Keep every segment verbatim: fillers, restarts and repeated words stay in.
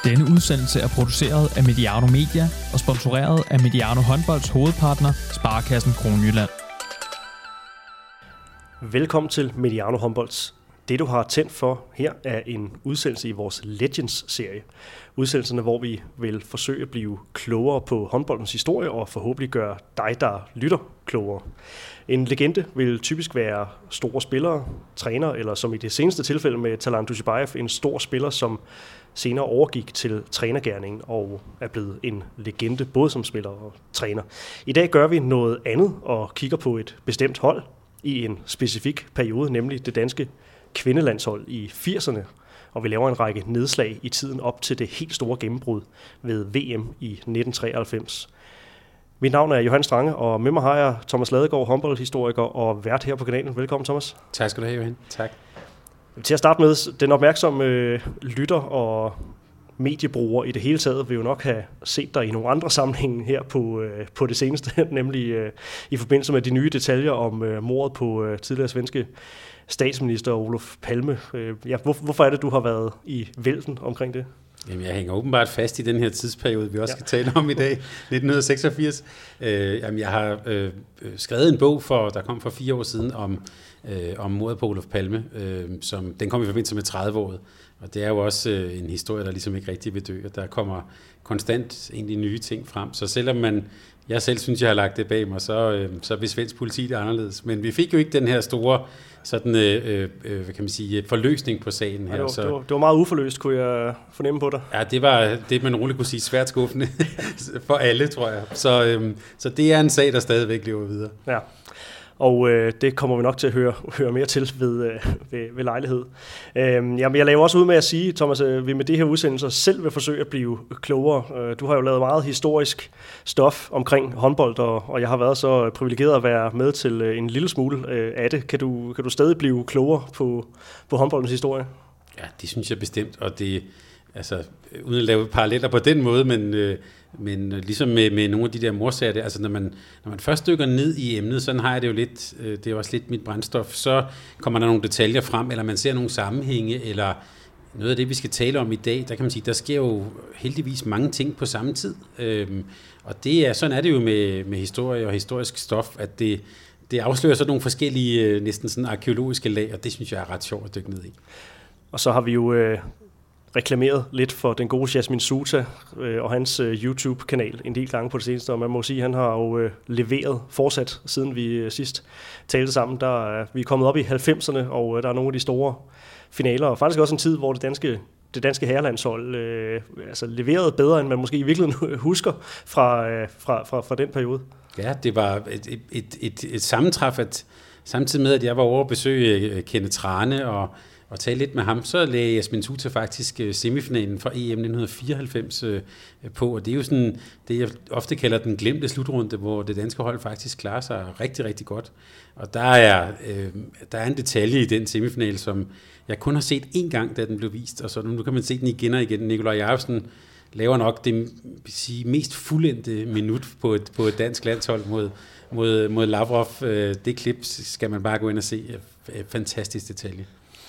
Denne udsendelse er produceret af Mediano Media og sponsoreret af Mediano Håndbolds hovedpartner, Sparekassen Kronjylland. Velkommen til Mediano Håndbolds. Det du har tændt for her er en udsendelse i vores Legends-serie. Udsendelserne, hvor vi vil forsøge at blive klogere på håndboldens historie og forhåbentlig gøre dig, der lytter, klogere. En legende vil typisk være store spillere, træner, eller som i det seneste tilfælde med Talan Dushibayev, en stor spiller, som senere overgik til trænergerningen og er blevet en legende, både som spiller og træner. I dag gør vi noget andet og kigger på et bestemt hold i en specifik periode, nemlig det danske kvindelandshold i firserne, og vi laver en række nedslag i tiden op til det helt store gennembrud ved V M i nitten treoghalvfems. Mit navn er Johan Strange, og med mig har jeg Thomas Ladegaard, håndboldhistoriker og vært her på kanalen. Velkommen, Thomas. Tak skal du have, Johan. Tak. Til at starte med, den opmærksomme øh, lytter og mediebruger i det hele taget vil jo nok have set dig i nogle andre sammenhænge her på, øh, på det seneste, nemlig øh, i forbindelse med de nye detaljer om øh, mordet på øh, tidligere svenske statsminister Olof Palme. Øh, ja, hvor, hvorfor er det, du har været i vælten omkring det? Jamen, jeg hænger åbenbart fast i den her tidsperiode, vi også ja. skal tale om i dag, nitten seksogfirs. Øh, jamen, jeg har øh, skrevet en bog, for, der kom for fire år siden, om, øh, om mordet på Olof Palme. Øh, som, den kom i forbindelse med tredive-året, og det er jo også øh, en historie, der ligesom ikke rigtig vil dø, og der kommer konstant egentlig nye ting frem. Så selvom man, jeg selv synes, jeg har lagt det bag mig, så, øh, så vil svensk politi det anderledes. Men vi fik jo ikke den her store sådan, øh, øh, hvad kan man sige, forløsning på sagen her. Ja, det, var, så, det, var, det var meget uforløst, kunne jeg fornemme på dig. Ja, det var det, man roligt kunne sige, svært skuffende for alle, tror jeg. Så, øh, så det er en sag, der stadigvæk lever videre. Ja. Og øh, det kommer vi nok til at høre, høre mere til ved, øh, ved, ved lejlighed. Øhm, jamen, jeg laver også ud med at sige, Thomas, at vi med det her udsendelser selv vil forsøge at blive klogere. Øh, du har jo lavet meget historisk stof omkring håndbold, og, og jeg har været så privilegeret at være med til øh, en lille smule øh, af det. Kan du, kan du stadig blive klogere på, på håndboldens historie? Ja, det synes jeg bestemt, og det altså uden at lave paralleller på den måde, men øh, Men ligesom med, med nogle af de der morsager, der, altså når man, når man først dykker ned i emnet, sådan har jeg det jo lidt, det er også lidt mit brændstof, så kommer der nogle detaljer frem, eller man ser nogle sammenhænge, eller noget af det, vi skal tale om i dag, der kan man sige, der sker jo heldigvis mange ting på samme tid. Øhm, og det er, sådan er det jo med, med historie og historisk stof, at det, det afslører sådan nogle forskellige, næsten sådan arkæologiske lag, og det synes jeg er ret sjovt at dykke ned i. Og så har vi jo Øh reklameret lidt for den gode Jasmin Suta øh, og hans øh, YouTube-kanal en del gange på det seneste, og man må sige, at han har jo øh, leveret fortsat, siden vi øh, sidst talte sammen. Der er vi er kommet op i halvfemserne, og øh, der er nogle af de store finaler, og faktisk også en tid, hvor det danske, det danske herrelandshold øh, altså leverede bedre, end man måske i virkeligheden husker fra, øh, fra, fra, fra den periode. Ja, det var et, et, et, et, et sammentræf, at samtidig med, at jeg var over at besøge Kenneth Trane og og tale lidt med ham, så lagde Jasmin Suta faktisk semifinalen fra E M nitten fireoghalvfems på, og det er jo sådan, det jeg ofte kalder den glemte slutrunde, hvor det danske hold faktisk klarer sig rigtig, rigtig godt. Og der er, øh, der er en detalje i den semifinal, som jeg kun har set én gang, da den blev vist, og så nu kan man se den igen og igen. Nikolaj Jacobsen laver nok det sige, mest fuldendte minut på et, på et dansk landshold mod, mod, mod Lavrov. Det klip skal man bare gå ind og se. Fantastisk detalje.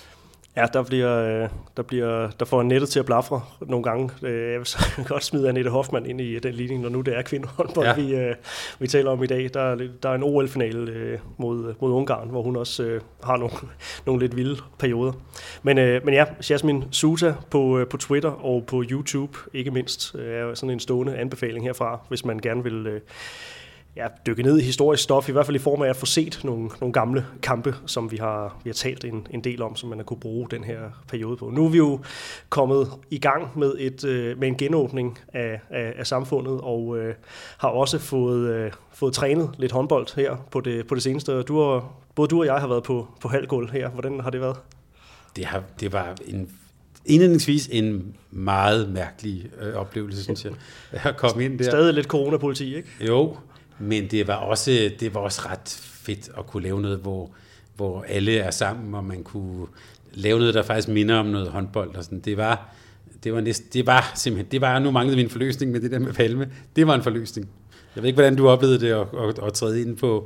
Ja, der bliver, der bliver, der får nettet til at blafre nogle gange. Jeg vil så godt smide Annette Hoffmann ind i den ligning, når nu det er kvindehåndbold, ja. vi, vi taler om i dag. Der, der er en O L-finale mod, mod Ungarn, hvor hun også har nogle, nogle lidt vilde perioder. Men, men ja, Jasmin Suta på, på Twitter og på YouTube, ikke mindst, er sådan en stående anbefaling herfra, hvis man gerne vil ja, dykke ned i historisk stof, i hvert fald i form af at få set nogle, nogle gamle kampe, som vi har, vi har talt en, en del om, som man har kunne bruge den her periode på. Nu er vi jo kommet i gang med, et, med en genåbning af, af, af samfundet, og øh, har også fået, øh, fået trænet lidt håndbold her på det, på det seneste. Du har, både du og jeg har været på, på halvgulv her. Hvordan har det været? Det, har, det var en indledningsvis en meget mærkelig øh, oplevelse, synes jeg, at komme ind der. Stadig lidt coronapoliti, ikke? Jo, men det var også det var også ret fedt at kunne lave noget, hvor, hvor alle er sammen, og man kunne lave noget, der faktisk minder om noget håndbold og sådan. Det var det var næsten det var simpelthen det var nu manglede min forløsning med det der med Palme. Det var en forløsning. Jeg ved ikke, hvordan du oplevede det at, at, at træde ind på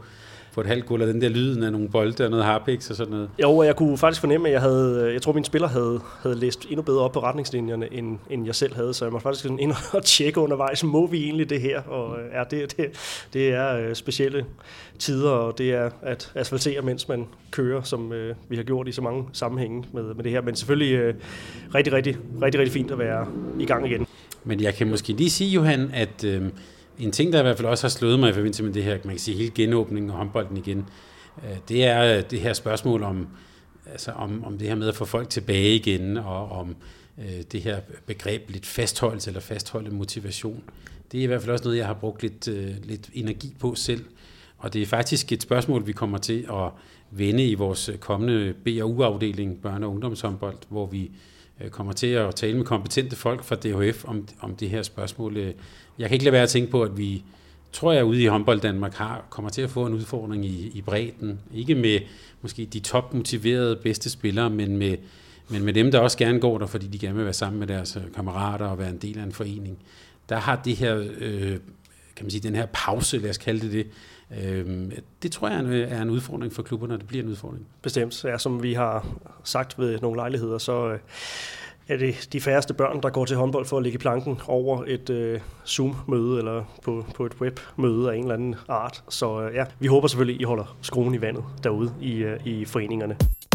på et halvt gulv, og den der lyden af nogle bolde og noget harpiks og sådan noget. Jo, og jeg kunne faktisk fornemme, at jeg havde, jeg tror, mine spiller havde, havde læst endnu bedre op på retningslinjerne, end, end jeg selv havde, så jeg måtte faktisk sådan ind og tjekke undervejs, må vi egentlig det her? Og ja, det, det, det er specielle tider, og det er at asfaltere, mens man kører, som øh, vi har gjort i så mange sammenhænge med, med det her. Men selvfølgelig øh, rigtig, rigtig, rigtig, rigtig fint at være i gang igen. Men jeg kan måske lige sige, Johan, at øh, en ting, der i hvert fald også har slået mig i forbindelse med det her, man kan sige, hele genåbningen og håndbolden igen, øh, det er det her spørgsmål om, altså om, om det her med at få folk tilbage igen, og om øh, det her begreb lidt fastholdelse eller fastholde motivation. Det er i hvert fald også noget, jeg har brugt lidt, øh, lidt energi på selv. Og det er faktisk et spørgsmål, vi kommer til at vende i vores kommende B og U-afdeling, børne- og ungdomshåndbold, hvor vi kommer til at tale med kompetente folk fra D H F om, om det her spørgsmål. Jeg kan ikke lade være at tænke på, at vi, tror jeg, ude i håndbold Danmark har, kommer til at få en udfordring i, i bredden. Ikke med måske de topmotiverede bedste spillere, men med, men med dem, der også gerne går der, fordi de gerne vil være sammen med deres kammerater og være en del af en forening. Der har det her, øh, kan man sige, den her pause, lad os kalde det det, det tror jeg er en udfordring for klubberne, og det bliver en udfordring. Bestemt. Ja, som vi har sagt ved nogle lejligheder, så er det de færreste børn, der går til håndbold for at ligge i planken over et uh, Zoom-møde eller på, på et web-møde af en eller anden art. Så uh, ja, vi håber selvfølgelig, I holder skruen i vandet derude i, uh, i foreningerne.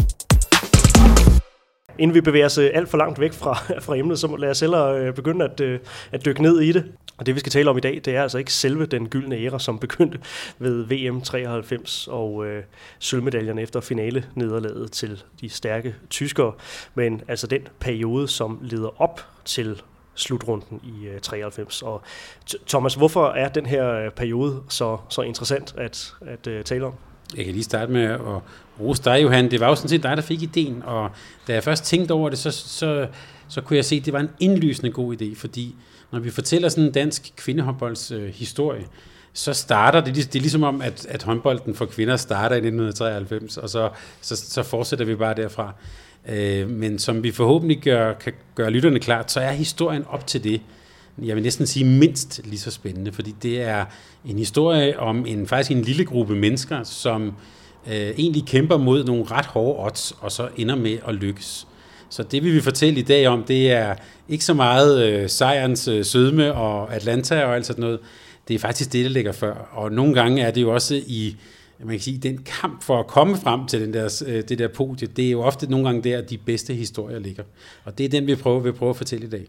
Inden vi bevæger os alt for langt væk fra, fra emnet, så lad os hellere begynde at, at dykke ned i det. Og det, vi skal tale om i dag, det er altså ikke selve den gyldne æra, som begyndte ved V M treoghalvfems og øh, sølvmedaljerne efter finale-nederlaget til de stærke tyskere, men altså den periode, som leder op til slutrunden i øh, treoghalvfems. Og Thomas, hvorfor er den her periode så, så interessant at, at uh, tale om? Jeg kan lige starte med at rose dig, Johan. Det var jo sådan set dig, der fik ideen, og da jeg først tænkte over det, så, så, så kunne jeg se, at det var en indlysende god idé, fordi når vi fortæller sådan en dansk kvindehåndbolds øh, historie, så starter det, det er ligesom om, at, at håndbolden for kvinder starter i nitten treoghalvfems, og så, så, så fortsætter vi bare derfra. Øh, men som vi forhåbentlig gør, kan gøre lytterne klart, så er historien op til det, jeg vil næsten sige mindst lige så spændende, fordi det er en historie om en faktisk en lille gruppe mennesker, som øh, egentlig kæmper mod nogle ret hårde odds, og så ender med at lykkes. Så det vi vil fortælle i dag om, det er ikke så meget øh, sejrens øh, sødme og Atlanta og alt sådan noget. Det er faktisk det, der ligger før. Og nogle gange er det jo også i, man kan sige, den kamp for at komme frem til den der, øh, det der podie, det er jo ofte nogle gange der, de bedste historier ligger. Og det er den, vi prøver, vil prøve at fortælle i dag.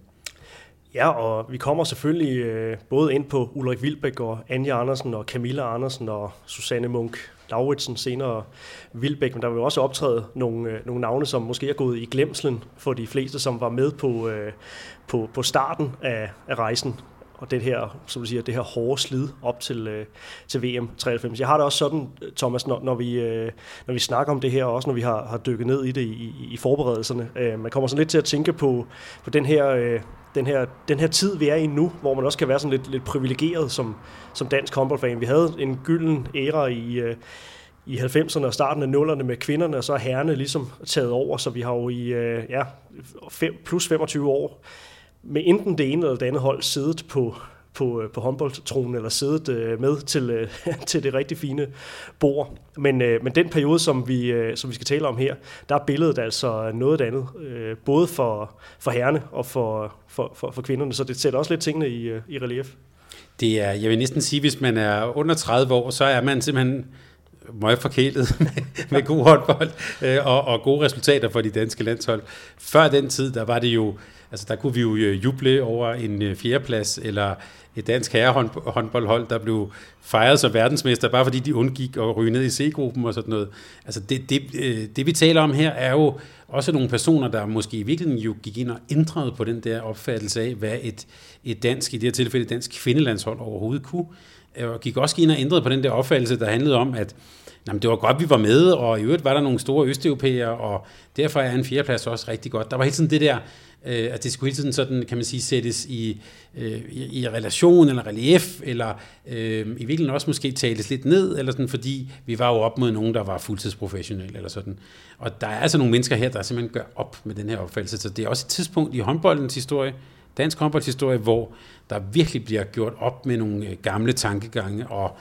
Ja, og vi kommer selvfølgelig øh, både ind på Ulrik Wilbæk og Anja Andersen og Camilla Andersen og Susanne Munk Lauritsen, senere Wilbæk, men der vil jo også optræde nogle, øh, nogle navne, som måske er gået i glemslen for de fleste, som var med på, øh, på, på starten af, af rejsen. Og det her, som du siger, det her hårde slid op til, øh, til V M treoghalvfems. Jeg har det også sådan, Thomas, når, når, vi, øh, når vi snakker om det her, og også når vi har, har dykket ned i det i, i, i forberedelserne. Øh, man kommer sådan lidt til at tænke på, på den her... Øh, Den her, den her tid, vi er i nu, hvor man også kan være sådan lidt, lidt privilegeret som, som dansk håndboldfan. Vi havde en gylden æra i, uh, i halvfemserne og starten af nullerne med kvinderne, og så er herrerne ligesom taget over, så vi har jo i uh, ja, fem, plus femogtyve år med enten det ene eller det andet hold siddet på, på, på håndboldtronen, eller siddet uh, med til, uh, til det rigtig fine bord. Men, uh, men den periode, som vi, uh, som vi skal tale om her, der er billedet altså noget andet, uh, både for, for herrerne og for, for, for, for kvinderne, så det sætter også lidt tingene i, uh, i relief. Det er, jeg vil næsten sige, hvis man er under tredive år, så er man simpelthen meget forkælet med, med god håndbold øh, og, og gode resultater for de danske landshold. Før den tid, der var det jo, altså der kunne vi jo juble over en fjerdeplads, eller et dansk herrehåndboldhold, der blev fejret som verdensmester, bare fordi de undgik at ryge ned i C-gruppen og sådan noget. Altså det, det, det vi taler om her, er jo også nogle personer, der måske i virkeligheden jo gik ind og ændrede på den der opfattelse af, hvad et, et dansk, i det her tilfælde et dansk kvindelandshold overhovedet kunne, og gik også ind og ændrede på den der opfattelse, der handlede om, at jamen, det var godt, vi var med, og i øvrigt var der nogle store østeuropæere, og derfor er en fjerdeplads også rigtig godt. Der var hele tiden det der, øh, at det skulle hele tiden sådan, kan man sige, sættes i, øh, i, i relation eller relief, eller øh, i virkeligheden også måske tales lidt ned, eller sådan, fordi vi var jo op mod nogen, der var fuldtidsprofessionelle, eller sådan. Og der er altså nogle mennesker her, der simpelthen gør op med den her opfattelse, så det er også et tidspunkt i håndboldens historie, dansk håndboldshistorie, hvor der virkelig bliver gjort op med nogle gamle tankegange, og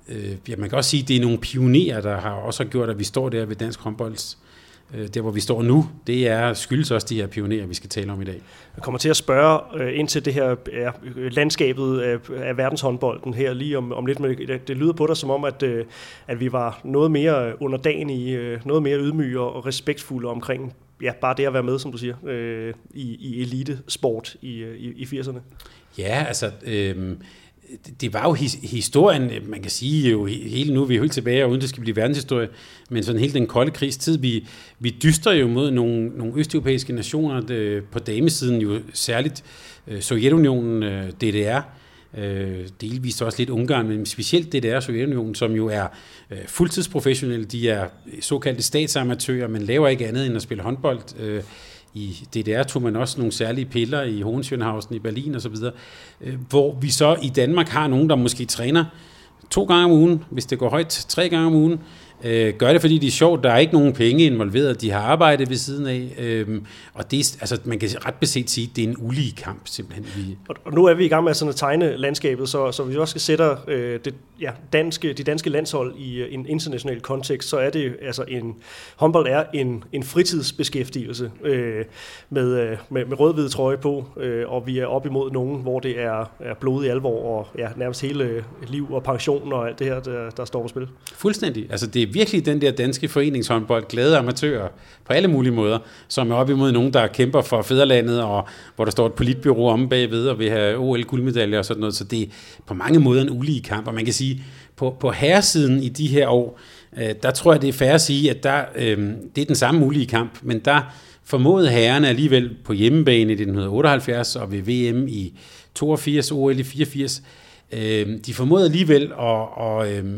øh, ja, man kan også sige, at det er nogle pionerer, der har også gjort, at vi står der ved dansk håndbolds. Der, hvor vi står nu, det er skyldes også de her pionerer, vi skal tale om i dag. Jeg kommer til at spørge øh, ind til det her ja, landskabet af, af verdenshåndbolden her lige om, om lidt. Men det, det lyder på dig som om, at, øh, at vi var noget mere underdanige, øh, noget mere ydmyge og respektfulde omkring ja, bare det at være med, som du siger, øh, i, i elitesport i, i, i firserne. Ja, altså... Øh, Det var jo his- historien, man kan sige jo hele nu, vi er helt tilbage, og uden det skal blive verdenshistorie, men sådan hele den kolde krigstid, vi, vi dyster jo mod nogle, nogle østeuropæiske nationer, det, på damesiden jo særligt øh, Sovjetunionen, øh, D D R, øh, delvist også lidt Ungarn, men specielt D D R og Sovjetunionen, som jo er øh, fuldtidsprofessionelle, de er såkaldte statsamatører, men laver ikke andet end at spille håndbold. øh, I D D R tog man også nogle særlige piller i Hohenschönhausen i Berlin og så videre, hvor vi så i Danmark har nogen, der måske træner to gange om ugen, hvis det går højt, tre gange om ugen. Øh, gør det, fordi det er sjovt, der er ikke nogen penge involveret, de har arbejdet ved siden af, øh, og det er, altså, man kan ret beset sige, at det er en ulige kamp, simpelthen. Og, og nu er vi i gang med sådan at tegne landskabet, så, så hvis vi også skal sætte øh, det, ja, danske, de danske landshold i øh, en international kontekst, så er det, altså en, håndbold er en, en fritidsbeskæftigelse øh, med, øh, med, med rød-hvid trøje på, øh, og vi er op imod nogen, hvor det er, er blodig alvor, og ja, nærmest hele liv og pension og alt det her, der, der står på spil. Fuldstændig. Altså det er virkelig den der danske foreningshåndbold, glade amatører på alle mulige måder, som er op imod nogen, der kæmper for fædrelandet, og hvor der står et politbyrå om bagved, og vil have O L-guldmedaljer og sådan noget, så det er på mange måder en ulige kamp, og man kan sige, på, på herresiden i de her år, øh, der tror jeg, det er fair at sige, at der, øh, det er den samme ulige kamp, men der formåede herrerne alligevel på hjemmebane i nitten otteoghalvfjerds, og ved V M i toogfirs, O L i fireogfirs, øh, de formåede alligevel at, og, øh,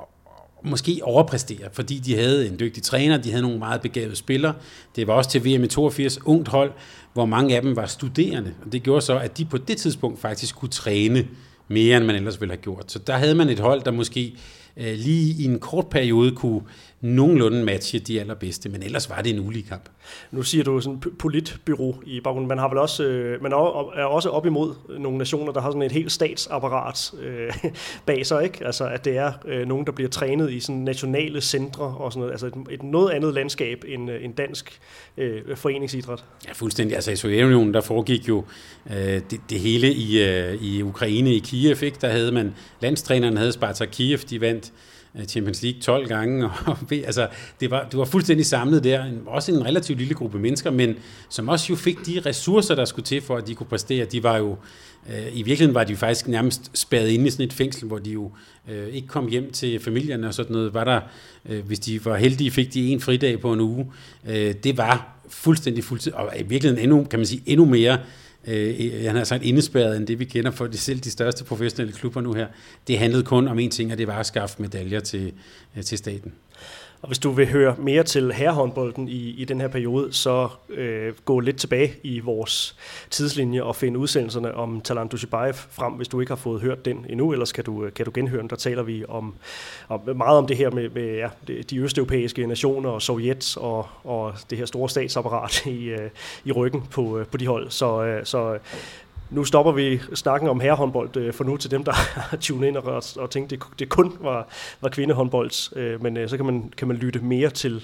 måske overpræstere, fordi de havde en dygtig træner, de havde nogle meget begavede spillere. Det var også til V M i toogfirs, ungt hold, hvor mange af dem var studerende, og det gjorde så, at de på det tidspunkt faktisk kunne træne mere, end man ellers ville have gjort. Så der havde man et hold, der måske øh, lige i en kort periode kunne nogenlunde matche de allerbedste, men ellers var det en ulige kamp. Nu siger du sådan politbyrå i baggrunden. Man har vel også, øh, man er også op imod nogle nationer, der har sådan et helt statsapparat øh, bag sig, ikke? Altså at det er øh, nogen, der bliver trænet i sådan nationale centre og sådan noget. Altså et, et noget andet landskab end en dansk øh, foreningsidræt. Ja, fuldstændig. Altså i Sovjetunionen, der foregik jo øh, det, det hele i, øh, i Ukraine, i Kiev, ikke? Der havde man, landstræneren havde Spartak Kiev, de vandt Champions League tolv gange, og altså, det, var, det var fuldstændig samlet der, også en relativt lille gruppe mennesker, men som også jo fik de ressourcer, der skulle til for, at de kunne præstere. De var jo, øh, i virkeligheden var de jo faktisk nærmest spærret inde i sådan et fængsel, hvor de jo øh, ikke kom hjem til familierne og sådan noget. Var der, øh, hvis de var heldige, fik de en fridag på en uge. Øh, det var fuldstændig fuldtid, og i virkeligheden endnu, kan man sige, endnu mere. Han har sagt indespærret end det, vi kender for de selv de største professionelle klubber nu her. Det handlede kun om en ting, og det var at skaffe medaljer til, til staten. Og hvis du vil høre mere til herrehåndbolden i, i den her periode, så øh, gå lidt tilbage i vores tidslinje og finde udsendelserne om Talant Dushibayev frem, hvis du ikke har fået hørt den endnu, ellers kan du, kan du genhøre den. Der taler vi om, om meget om det her med, med ja, de østeuropæiske nationer og Sovjet og, og det her store statsapparat i, øh, i ryggen på, på de hold. Så, øh, så nu stopper vi snakken om herrehåndbold for nu til dem, der har tunet ind og, og tænkt, det, det kun var, var kvindehåndbold. Men så kan man, kan man lytte mere til,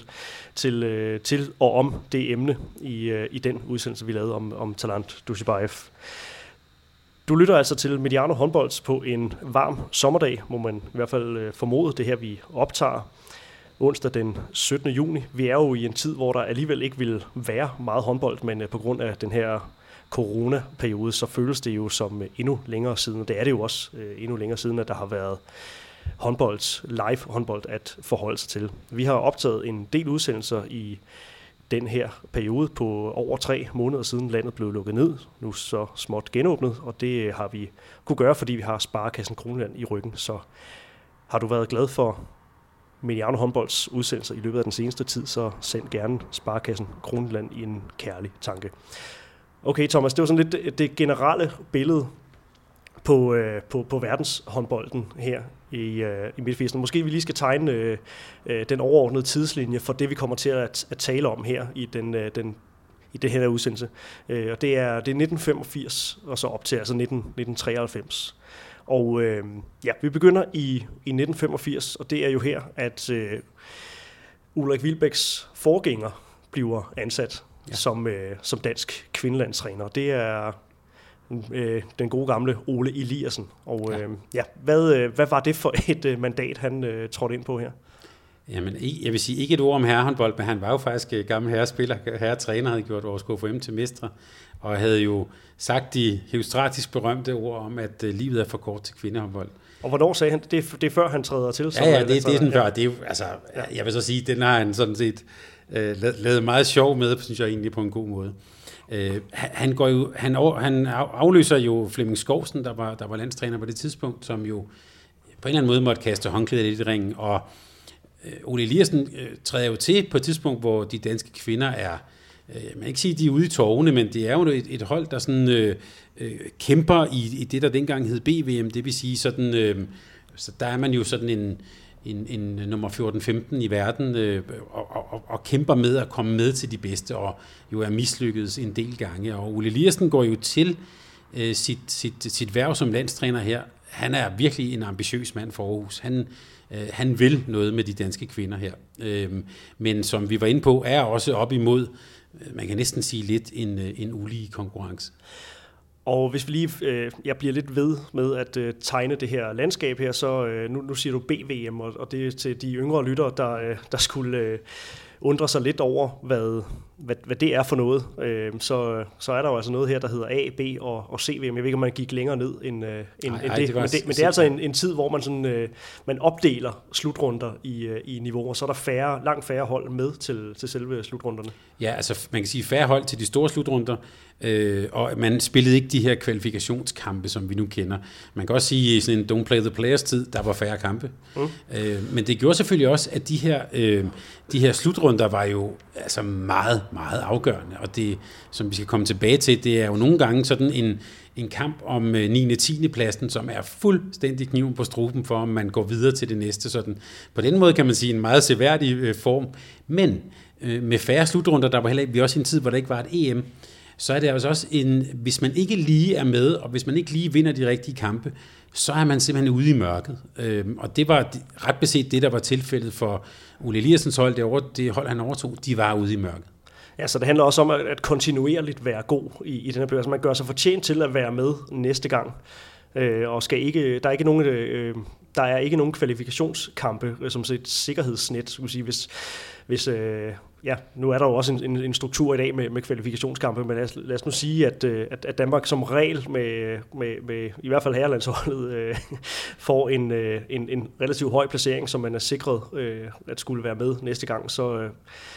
til, til og om det emne i, i den udsendelse, vi lavede om, om Talant Dushibayev. Du lytter altså til Mediano Håndbold på en varm sommerdag, må man i hvert fald formode det her, vi optager onsdag den syttende juni. Vi er jo i en tid, hvor der alligevel ikke vil være meget håndbold, men på grund af den her corona-periode, så føles det jo som endnu længere siden, og det er det jo også øh, endnu længere siden, at der har været håndbold, live håndbold at forholde sig til. Vi har optaget en del udsendelser i den her periode på over tre måneder siden landet blev lukket ned, nu så småt genåbnet, og det har vi kunne gøre, fordi vi har Sparekassen Kronjylland i ryggen. Så har du været glad for Mediano Håndbolds udsendelser i løbet af den seneste tid, så send gerne Sparekassen Kronjylland i en kærlig tanke. Okay, Thomas, det var sådan lidt det generelle billede på, øh, på, på verdenshåndbolden her i, øh, i midt-firserne. Måske vi lige skal tegne øh, den overordnede tidslinje for det, vi kommer til at, at tale om her i den, øh, den i det her udsendelse. Øh, og det er, det er nitten femogfirs og så op til altså nitten, nitten treoghalvfems. Og øh, ja, vi begynder i, i nitten femogfirs, og det er jo her, at øh, Ulrik Wilbeks forgænger bliver ansat ja. som, øh, som dansk kvindelandstræner. Det er øh, den gode gamle Ole Eliassen. Og øh, ja, hvad, øh, hvad var det for et øh, mandat, han øh, trådte ind på her? Jamen, jeg vil sige ikke et ord om herrehåndbold, men han var jo faktisk gammel herrespiller, herretræner, havde gjort vores K F M til mestre, og havde jo sagt de herostratisk berømte ord om, at livet er for kort til kvindehåndbold. Og hvornår sagde han det? Er, det er før han træder til? Ja, ja, det, det er sådan før. Det er jo, altså, jeg vil så sige, den har han sådan set øh, lavet meget sjov med, synes jeg egentlig på en god måde. Øh, han, går jo, han, han afløser jo Flemming Skovsen, der var, der var landstræner på det tidspunkt, som jo på en eller anden måde måtte kaste håndklædet lidt i ringen, og øh, Ole Eliassen øh, træder jo til på et tidspunkt, hvor de danske kvinder er, øh, man kan ikke sige, de er ude i tårne, men det er jo et, et hold, der sådan øh, øh, kæmper i, i det, der dengang hed B V M, det vil sige sådan, øh, så der er man jo sådan en En, en nummer fjorten femten i verden, øh, og, og, og kæmper med at komme med til de bedste, og jo er mislykkedes en del gange. Og Ole Eliassen går jo til øh, sit, sit, sit værv som landstræner her. Han er virkelig en ambitiøs mand for Aarhus. Han, øh, han vil noget med de danske kvinder her. Øh, men som vi var inde på, er også op imod, man kan næsten sige lidt, en, en ulige konkurrence. Og hvis vi lige, øh, jeg bliver lidt ved med at øh, tegne det her landskab her, så øh, nu, nu siger du B V M, og, og det er til de yngre lyttere, der, øh, der skulle øh, undre sig lidt over, hvad, hvad, hvad det er for noget. Øh, så, så er der jo altså noget her, der hedder A, B og, og C V M. Jeg ved ikke, om man gik længere ned end, øh, end, ej, end ej, det. det men, det men det er altså en, en tid, hvor man, sådan, øh, man opdeler slutrunder i, øh, i niveauer, så er der færre, langt færre hold med til, til selve slutrunderne. Ja, altså man kan sige færre hold til de store slutrunder, øh, og man spillede ikke de her kvalifikationskampe, som vi nu kender. Man kan også sige, i sådan en don't play the players tid, der var færre kampe. Mm. Øh, men det gjorde selvfølgelig også, at de her, øh, de her slutrunder var jo altså meget, meget afgørende, og det, som vi skal komme tilbage til, det er jo nogle gange sådan en, en kamp om niende og tiende pladsen, som er fuldstændig kniven på struben for, om man går videre til det næste. Sådan. På den måde kan man sige en meget seværdig øh, form, men øh, med færre slutrunder, der var heller ikke, vi også i en tid, hvor der ikke var et E M, så er det altså også en, hvis man ikke lige er med, og hvis man ikke lige vinder de rigtige kampe, så er man simpelthen ude i mørket. Øhm, og det var ret beset det, der var tilfældet for Ole Eliassens hold, det, over, det hold, han overtog, de var ude i mørket. Ja, så det handler også om at, at kontinuerligt være god i, i den her periode. Man gør sig fortjent til at være med næste gang. Øh, og skal ikke, der er ikke nogen, øh, der er ikke nogen kvalifikationskampe øh, som et sikkerhedsnet, skulle sige, hvis hvis øh, ja, nu er der jo også en, en, en struktur i dag med, med kvalifikationskampe, men lad os, lad os nu sige, at, at, at Danmark som regel med, med, med i hvert fald herrelandsholdet øh, får en, øh, en, en relativt høj placering, som man er sikret øh, at skulle være med næste gang, så øh,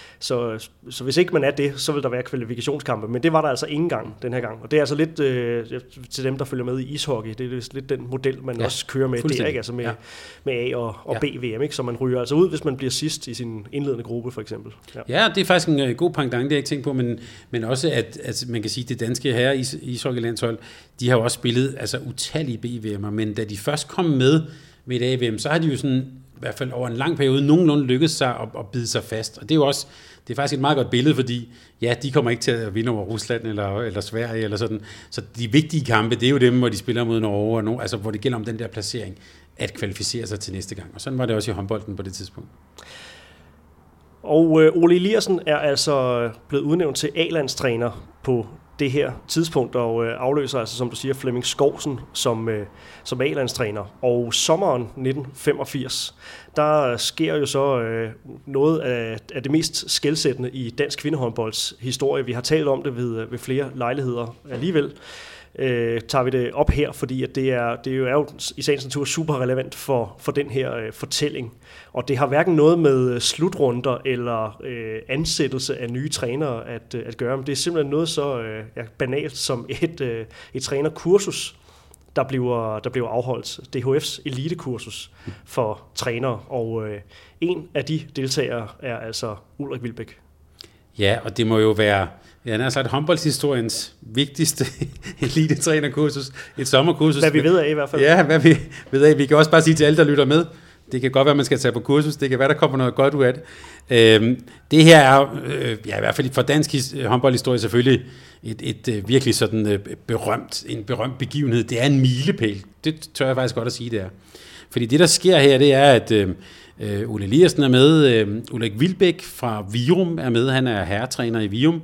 Så, så hvis ikke man er det, så vil der være kvalifikationskampe. Men det var der altså ingen gang den her gang. Og det er altså lidt øh, til dem, der følger med i ishockey. Det er lidt den model, man ja, også kører med. Det er ikke altså med, ja. med A og, og ja. B V M, ikke? Så man ryger altså ud, hvis man bliver sidst i sin indledende gruppe, for eksempel. Ja, ja, det er faktisk en uh, god pendant, det har jeg ikke tænkt på, men, men også, at, at man kan sige, at det danske herre ishockeylandshold, de har jo også spillet altså utallige B V M'er, men da de først kom med med et A V M, så har de jo sådan i hvert fald over en lang periode nogenlunde lykkedes sig at, at bide sig fast. Og det er jo også, det er faktisk et meget godt billede, fordi ja, de kommer ikke til at vinde over Rusland eller, eller Sverige eller sådan. Så de vigtige kampe, det er jo dem, hvor de spiller mod Norge, og no, altså hvor det gælder om den der placering, at kvalificere sig til næste gang. Og sådan var det også i håndbolden på det tidspunkt. Og øh, Ole Eliassen er altså blevet udnævnt til A-landstræner på det her tidspunkt, og øh, afløser altså, som du siger, Flemming Skovsen som, øh, som A-landstræner. Og sommeren nitten femogfirs, der sker jo så øh, noget af, af det mest skelsættende i dansk kvindehåndbolds historie. Vi har talt om det ved, ved flere lejligheder alligevel. Øh, tager vi det op her, fordi at det, er, det er jo, er jo i sagens natur super relevant for, for den her øh, fortælling. Og det har hverken noget med slutrunder eller øh, ansættelse af nye trænere at, øh, at gøre, men det er simpelthen noget så øh, ja, banalt som et, øh, et trænerkursus, der bliver, der bliver afholdt. D H F's elitekursus for trænere, og øh, en af de deltagere er altså Ulrik Wilbek. Ja, og det må jo være, ja, han har sagt håndboldshistoriens vigtigste elitetrænerkursus, et sommerkursus. Hvad vi ved af i hvert fald. Ja, hvad vi ved af. Vi kan også bare sige til alle, der lytter med, det kan godt være, at man skal tage på kursus, det kan være, der kommer noget godt ud af det. Øhm, det her er, øh, ja, i hvert fald for dansk håndboldhistorie selvfølgelig et, et, et virkelig sådan berømt, en berømt begivenhed. Det er en milepæl. Det tør jeg faktisk godt at sige, det er. Fordi det, der sker her, det er, at øh, Ole Eliassen er med, øh, Ulrik Wilbek fra Virum er med, han er herretræner i Virum,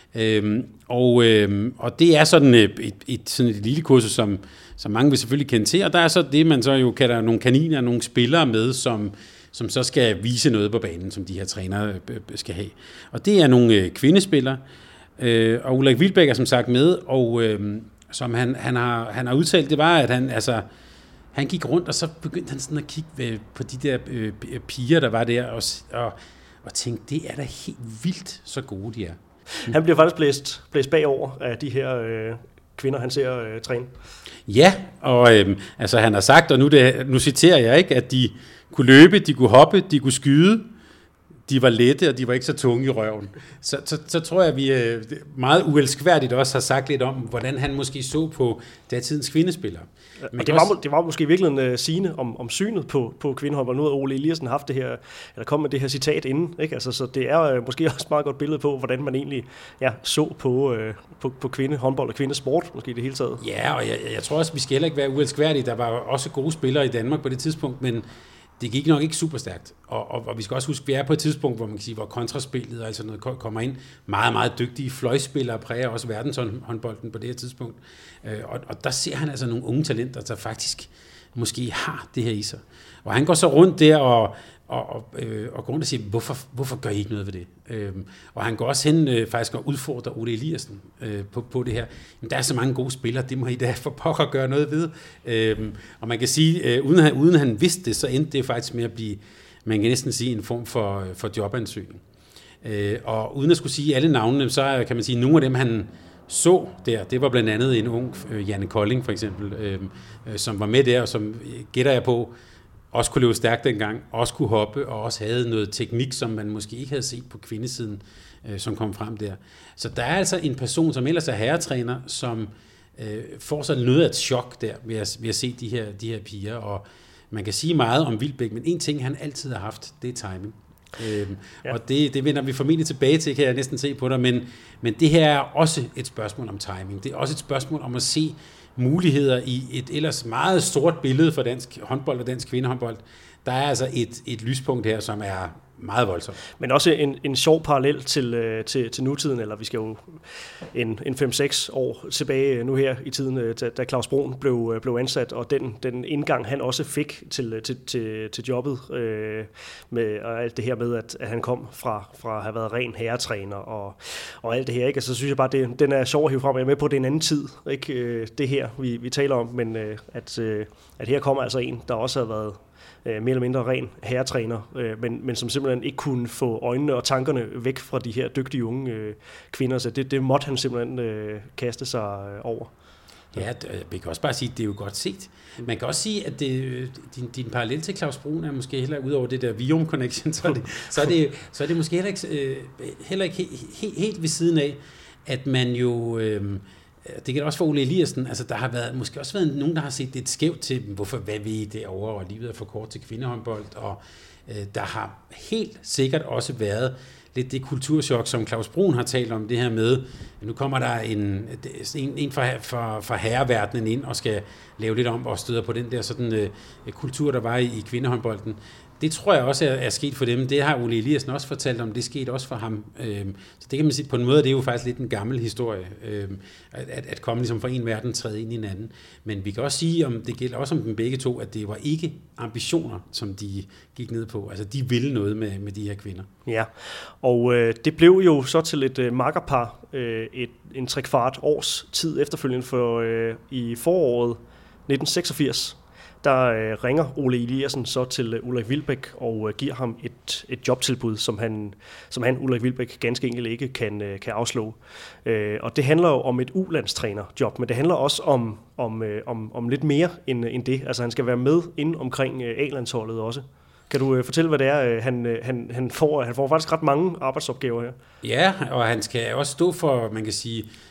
øh, og, øh, og det er sådan et, et, et, sådan et lille kursus, som, som mange vil selvfølgelig kende til, og der er så det, man så jo kalder nogle kaniner, nogle spillere med, som, som så skal vise noget på banen, som de her trænere skal have. Og det er nogle øh, kvindespillere, øh, og Ulrik Wilbek er som sagt med, og øh, som han, han, har, han har udtalt, det var, at han altså han gik rundt, og så begyndte han sådan at kigge på de der øh, piger, der var der, og, og, og tænkte, det er da helt vildt, så gode de er. Mm. Han bliver faktisk blæst, blæst bagover af de her øh, kvinder, han ser øh, træne. Ja, og øh, altså han har sagt, og nu, det, nu citerer jeg ikke, at de kunne løbe, de kunne hoppe, de kunne skyde, de var lette, og de var ikke så tunge i røven. Så, så, så tror jeg, at vi øh, meget uelskværdigt også har sagt lidt om, hvordan han måske så på datidens kvindespillere. Og det, var, også... det var måske virkelig uh, sigende om, om synet på, på kvindehåndbold. Nu har Ole Eliassen haft det her, eller kom med det her citat inden, ikke? Altså, så det er uh, måske også et meget godt billede på, hvordan man egentlig ja, så på, uh, på, på kvindehåndbold og kvindesport, måske i det hele taget. Ja, og jeg, jeg tror også, vi skal heller ikke være uelskværdige. Der var også gode spillere i Danmark på det tidspunkt, men det gik nok ikke super stærkt. Og, og, og vi skal også huske, at vi er på et tidspunkt, hvor man kan sige, hvor kontraspillet og altså noget kommer ind. Meget, meget dygtige fløjspillere præger også verdenshåndbolden på det her tidspunkt. Og, og der ser han altså nogle unge talenter, der faktisk måske har det her i sig. Og han går så rundt der og, og, og, øh, og går rundt og siger, hvorfor, hvorfor gør I ikke noget ved det? Øhm, og han går også hen øh, faktisk og udfordrer Ole Eliassen øh, på, på det her. Men der er så mange gode spillere, det må I da for pokker gøre noget ved. Øhm, og man kan sige, øh, uden, han, uden han vidste det, så endte det faktisk med at blive, man kan næsten sige, en form for, for jobansøgning. Øh, og uden at skulle sige alle navnene, så kan man sige, at nogle af dem, han så der, det var blandt andet en ung øh, Janne Kolding for eksempel, øh, øh, som var med der, og som gætter jeg på, også kunne løbe stærkt dengang, også kunne hoppe, og også havde noget teknik, som man måske ikke havde set på kvindesiden, øh, som kom frem der. Så der er altså en person, som ellers er herretræner, som øh, får så noget af et chok der, ved at, ved at se de her, de her piger, og man kan sige meget om Wilbek, men en ting, han altid har haft, det er timing. Øhm, ja. Og det, det vender vi formentlig tilbage til, kan jeg næsten se på dig, men, men det her er også et spørgsmål om timing. Det er også et spørgsmål om at se muligheder i et ellers meget stort billede for dansk håndbold og dansk kvindehåndbold. Der er altså et, et lyspunkt her, som er meget voldsomt. Men også en, en sjov parallel til, til, til nutiden, eller vi skal jo en, en fem seks år tilbage nu her i tiden, da Claus Broen blev, blev ansat, og den, den indgang, han også fik til, til, til, til jobbet, øh, med, og alt det her med, at, at han kom fra, fra at have været ren herretræner, og, og alt det her, ikke? Altså, så synes jeg bare, det, den er sjov at hive frem. Jeg er med på, at det er en anden tid, ikke? Det her, vi, vi taler om, men at, at her kommer altså en, der også har været mere eller mindre ren herretræner, øh, men, men som simpelthen ikke kunne få øjnene og tankerne væk fra de her dygtige unge øh, kvinder, så det, det måtte han simpelthen øh, kaste sig over. Ja, vi kan også bare sige, at det er jo godt set. Man kan også sige, at det, din, din parallel til Claus Broen er måske heller ud over det der Vium Connection, så er det, så er det, så er det måske heller ikke, øh, heller ikke he, he, helt ved siden af, at man jo... Øh, det kan også for Ole Eliassen, altså der har været, måske også været nogen, der har set lidt skævt til, hvorfor hvad vi derovre, og livet er for kort til kvindehåndbold, og øh, der har helt sikkert også været lidt det kulturschok, som Claus Broen har talt om, det her med, nu kommer der en, en, en fra, fra, fra herreverdenen ind, og skal lave lidt om, og støder på den der sådan, øh, kultur, der var i, i kvindehåndbolden. Det tror jeg også er, er sket for dem. Det har Ole Eliassen også fortalt om. Det skete også for ham. Øhm, så det kan man sige, på en måde, det er jo faktisk lidt en gammel historie, øhm, at, at komme ligesom fra en verden træde ind i en anden. Men vi kan også sige, om det gælder også om dem begge to, at det var ikke ambitioner, som de gik ned på. Altså, de ville noget med, med de her kvinder. Ja, og øh, det blev jo så til et øh, makkerpar øh, et, en trekvart års tid efterfølgende, for øh, i foråret nitten seksogfirs, der øh, ringer Ole Eliassen så til øh, Ulrik Wilbek og øh, giver ham et, et jobtilbud, som han, som han, Ulrik Wilbek, ganske enkelt ikke kan, øh, kan afslå. Øh, og det handler jo om et u-landstrænerjob, men det handler også om, om, øh, om, om lidt mere end, end det. Altså han skal være med inde omkring øh, A-landsholdet også. Kan du øh, fortælle, hvad det er, øh, han, øh, han, han får? Han får faktisk ret mange arbejdsopgaver her. Ja, og han skal også stå for, man kan sige,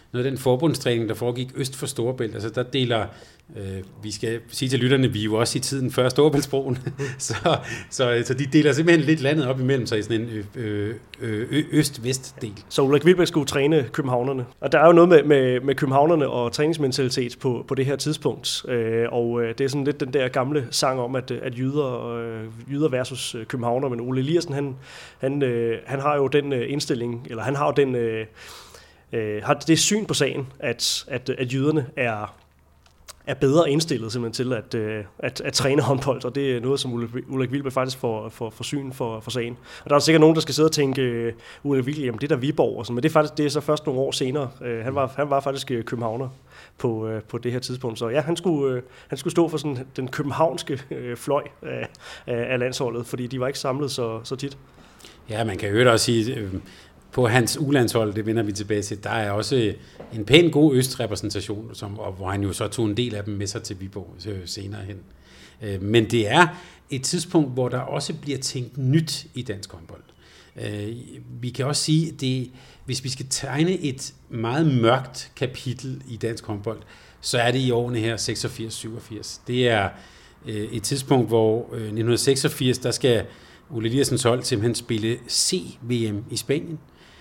noget af den forbundstræning, der foregik øst for Storebælt. Altså der deler, øh, vi skal sige til lytterne, vi er jo også i tiden før Storebæltsbroen, så, så, så de deler simpelthen lidt landet op imellem sig i sådan en øh, øh, øst-vest-del. Så Ulrik Wilbek skulle træne københavnerne. Og der er jo noget med, med, med københavnerne og træningsmentalitet på, på det her tidspunkt. Øh, og det er sådan lidt den der gamle sang om, at, at jyder, øh, jyder versus københavner. Men Ole Eliassen, han, han, øh, han har jo den indstilling, eller han har jo den... Øh, øh, har det syn på sagen, at, at, at jyderne er... er bedre indstillet simpelthen til at, at, at træne håndbold, og det er noget, som Ulrik Wilbek faktisk får, får, får syn for, for sagen. Og der er sikkert nogen, der skal sidde og tænke, Ulrik Wilbek, jamen det er der Viborg, og sådan, men det er, faktisk, det er så først nogle år senere. Han var, han var faktisk københavner på, på det her tidspunkt, så ja, han skulle, han skulle stå for sådan den københavnske fløj af, af landsholdet, fordi de var ikke samlet så, så tit. Ja, man kan jo også sige... Øh På hans ulandshold, det vender vi tilbage til, der er også en pæn god østrepræsentation, som, og hvor han jo så tog en del af dem med sig til Viborg senere hen. Men det er et tidspunkt, hvor der også bliver tænkt nyt i dansk håndbold. Vi kan også sige, at hvis vi skal tegne et meget mørkt kapitel i dansk håndbold, så er det i årene her seksogfirs syvogfirs. Det er et tidspunkt, hvor nitten seksogfirs, der skal Ole Eliassens hold simpelthen spille C V M i Spanien.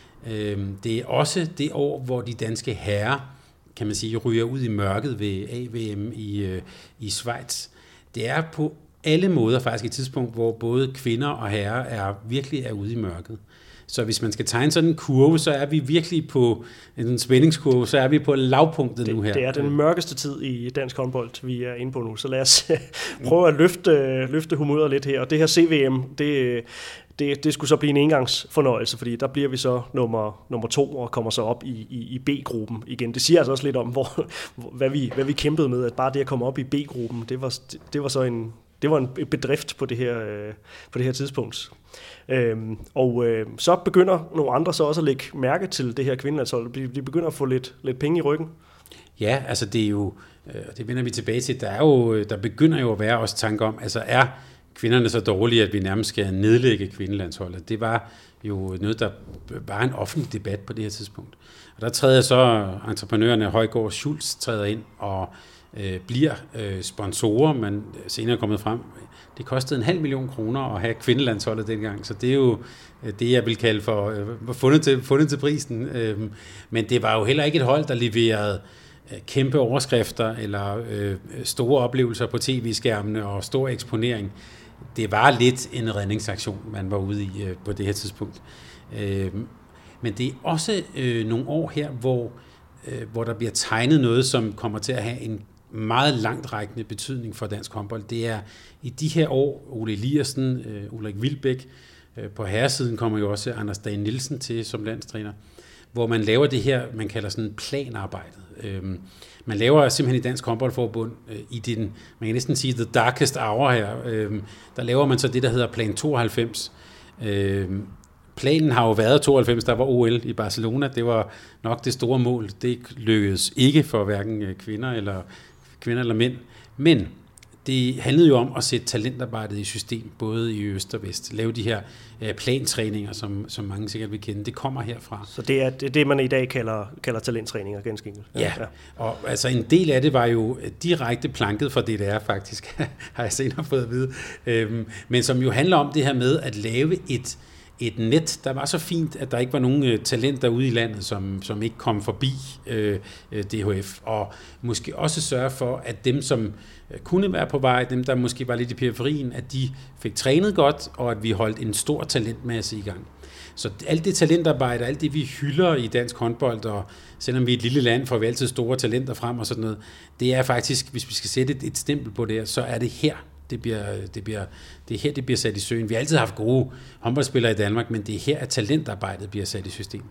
Det er også det år, hvor de danske herrer, kan man sige, ryger ud i mørket ved A V M i, i Schweiz. Det er på alle måder faktisk et tidspunkt, hvor både kvinder og herrer er virkelig er ude i mørket. Så hvis man skal tegne sådan en kurve, så er vi virkelig på en spændingskurve, så er vi på lavpunktet det, nu her. Det er den mørkeste tid i dansk håndbold, vi er inde på nu. Så lad os prøve at løfte, løfte humøret lidt her. Og det her C V M, det, det, det skulle så blive en engangsfornøjelse, fordi der bliver vi så nummer, nummer to og kommer så op i, i, i B-gruppen igen. Det siger altså også lidt om, hvor, hvad, vi, hvad vi kæmpede med, at bare det at komme op i B-gruppen, det var, det var så en... Det var en bedrift på det her, på det her tidspunkt. Øhm, og øh, så begynder nogle andre så også at lægge mærke til det her kvindelandshold. De begynder at få lidt, lidt penge i ryggen. Ja, altså det er jo, det vender vi tilbage til, der, er jo, der begynder jo at være også tanker om, altså er kvinderne så dårlige, at vi nærmest skal nedlægge kvindelandsholdet. Det var jo noget, der var en offentlig debat på det her tidspunkt. Og der træder så entreprenørerne Højgaard og Schultz træder ind og øh, bliver øh, sponsorer, men senere er kommet frem. Det kostede en halv million kroner at have kvindelandsholdet dengang, så det er jo det, jeg vil kalde for øh, fundet, til, fundet til prisen. Øh, men det var jo heller ikke et hold, der leverede øh, kæmpe overskrifter eller øh, store oplevelser på tv-skærmene og stor eksponering. Det var lidt en redningsaktion, man var ude i øh, på det her tidspunkt. Øh, men det er også øh, nogle år her, hvor, øh, hvor der bliver tegnet noget, som kommer til at have en meget langtrækkende betydning for dansk håndbold. Det er i de her år, Ole Eliassen, øh, Ulrik Wilbek, øh, på herresiden kommer jo også Anders Dage Nielsen til som landstræner, hvor man laver det her, man kalder sådan planarbejdet. Øh, man laver simpelthen i Dansk Håndboldforbund øh, i den, man kan næsten sige, the darkest hour her, øh, der laver man så det, der hedder Plan tooghalvfems. Øh, Planen har jo været tooghalvfems, der var O L i Barcelona. Det var nok det store mål. Det lykkedes ikke for hverken kvinder eller, kvinder eller mænd. Men det handlede jo om at sætte talentarbejdet i system, både i øst og vest. Lave de her plantræninger, som, som mange sikkert vil kende. Det kommer herfra. Så det er det, det man i dag kalder, kalder talenttræninger, ganske enkelt. Ja, ja, og altså en del af det var jo direkte planket fra D D R faktisk, har jeg senere fået at vide. Øhm, men som jo handler om det her med at lave et et net, der var så fint, at der ikke var nogen øh, talenter ude i landet, som, som ikke kom forbi øh, D H F, og måske også sørge for, at dem, som øh, kunne være på vej, dem, der måske var lidt i periferien, at de fik trænet godt, og at vi holdt en stor talentmasse i gang. Så alt det talentarbejde, alt det, vi hylder i dansk håndbold, og selvom vi er et lille land, får vi altid store talenter frem og sådan noget, det er faktisk, hvis vi skal sætte et, et stempel på det her, så er det her, Det, bliver, det, bliver, det er her, det bliver sat i søen. Vi har altid haft gode håndboldspillere i Danmark, men det er her, at talentarbejdet bliver sat i system.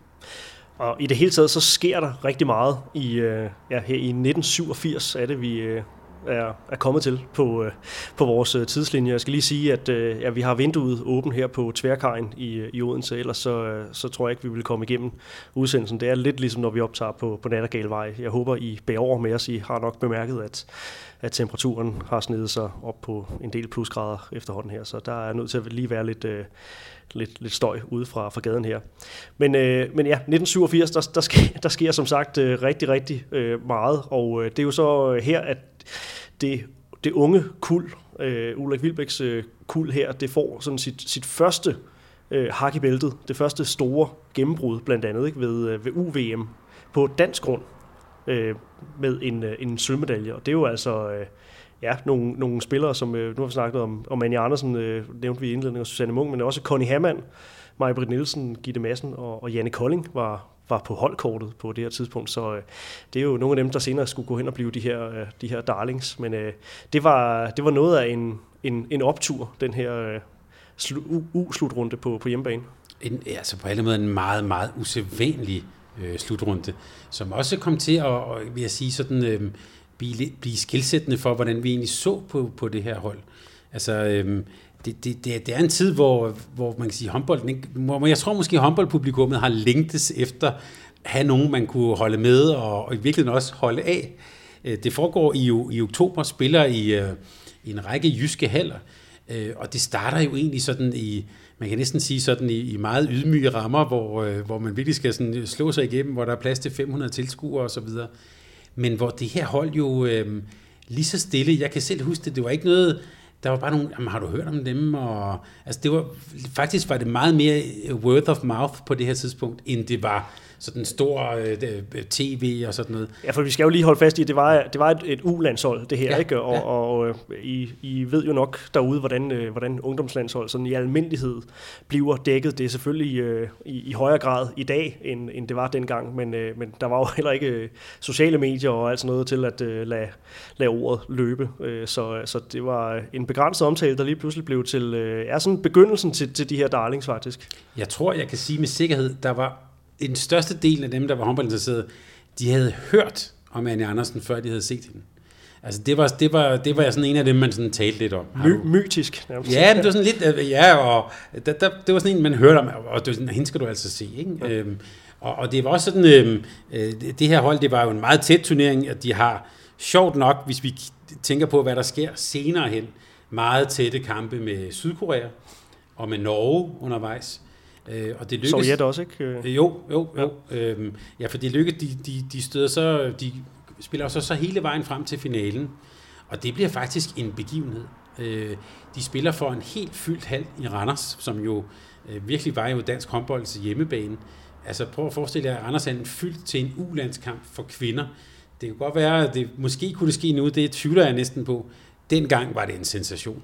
Og i det hele taget, så sker der rigtig meget. I, ja, her i nitten syvogfirs er det, vi, er, er kommet til på, øh, på vores øh, tidslinje. Jeg skal lige sige, at øh, ja, vi har vinduet åbent her på Tværkajen i, i Odense, ellers så, øh, så tror jeg ikke, vi vil komme igennem udsendelsen. Det er lidt ligesom, når vi optager på, på Nattergalvej. Jeg håber, I bærer over med os. I har nok bemærket, at, at temperaturen har snedet sig op på en del plusgrader efterhånden her, så der er nødt til at lige være lidt... Øh, Lidt, lidt støj ude fra, fra gaden her. Men, øh, men ja, nitten syvogfirs, der, der, sker, der sker som sagt øh, rigtig, rigtig øh, meget, og øh, det er jo så her, at det, det unge kuld, øh, Ulrik Wilbeks øh, kuld her, det får sådan sit, sit første øh, hak i bæltet, det første store gennembrud, blandt andet ikke, ved, øh, ved U V M på dansk grund øh, med en, øh, en sølvmedalje, og det er jo altså... Øh, Ja, nogle, nogle spillere, som øh, nu har vi snakket om, om Anja Andersen, øh, nævnte vi i indledningen, og Susanne Munk, men også Connie Hammann, Maj-Britt Nielsen, Gitte Madsen og, og Janne Kolding var, var på holdkortet på det her tidspunkt, så øh, det er jo nogle af dem, der senere skulle gå hen og blive de her, øh, de her darlings, men øh, det, var, det var noget af en, en, en optur, den her øh, slu, U-slutrunde på, på hjemmebane. En, altså på alle måder en meget, meget usædvanlig øh, slutrunde, som også kom til at, og, vil jeg sige, sådan... Øh, blive, blive skilsættende for, hvordan vi egentlig så på, på det her hold. Altså, øhm, det, det, det er en tid, hvor, hvor man kan sige, håndbolden ikke, hvor jeg tror måske, håndboldpublikummet har længtes efter at have nogen, man kunne holde med, og, og i virkeligheden også holde af. Det foregår i, i oktober, spiller i, i en række jyske haller, og det starter jo egentlig sådan i, man kan næsten sige sådan i, i meget ydmyge rammer, hvor, hvor man virkelig skal sådan slå sig igennem, hvor der er plads til fem hundrede tilskuere og så videre. Men hvor det her hold jo øh, lige så stille, jeg kan selv huske det, det var ikke noget, der var bare nogle, jamen, har du hørt om dem? Og, altså det var, faktisk var det meget mere word of mouth på det her tidspunkt, end det var sådan en stor øh, tv og sådan noget. Ja, for vi skal jo lige holde fast i, det var, det var et, et U-landshold, det her, ja, ikke? Og, ja. og, og I, I ved jo nok derude, hvordan, øh, hvordan ungdomslandshold sådan i almindelighed bliver dækket. Det er selvfølgelig øh, i, i højere grad i dag, end, end det var dengang, men, øh, men der var jo heller ikke øh, sociale medier og alt sådan noget til at øh, lade, lade ordet løbe. Øh, så, så det var en begrænset omtale, der lige pludselig blev til, øh, er sådan begyndelsen til, til de her darlings faktisk. Jeg tror, jeg kan sige med sikkerhed, der var den største del af dem, der var håndboldinteresserede, de havde hørt om Anja Andersen, før de havde set hende. Altså, det var, det var, det var sådan en af dem, man sådan talte lidt om. My, mytisk. Nærmest. Ja, det var sådan lidt, ja, og der, der, det var sådan en, man hørte om, og det var sådan, hende skal du altså se, ikke? Ja. Øhm, og, og det var også sådan, øhm, øh, det her hold, det var jo en meget tæt turnering, at de har, sjovt nok, hvis vi tænker på, hvad der sker senere hen, meget tætte kampe med Sydkorea og med Norge undervejs. Øh, og det lykkes, Sovjet også, ikke? Øh, jo, jo, jo. Ja, øhm, ja for det lykkes, de, de, de støder så, de spiller så, så hele vejen frem til finalen, og det bliver faktisk en begivenhed. Øh, de spiller for en helt fyldt hal i Randers, som jo øh, virkelig var jo dansk håndbolds hjemmebane. Altså prøv at forestille jer, at Randers er fyldt til en U-landskamp for kvinder. Det kan godt være, at det måske kunne det ske nu, det tvivler jeg næsten på. Dengang var det en sensation.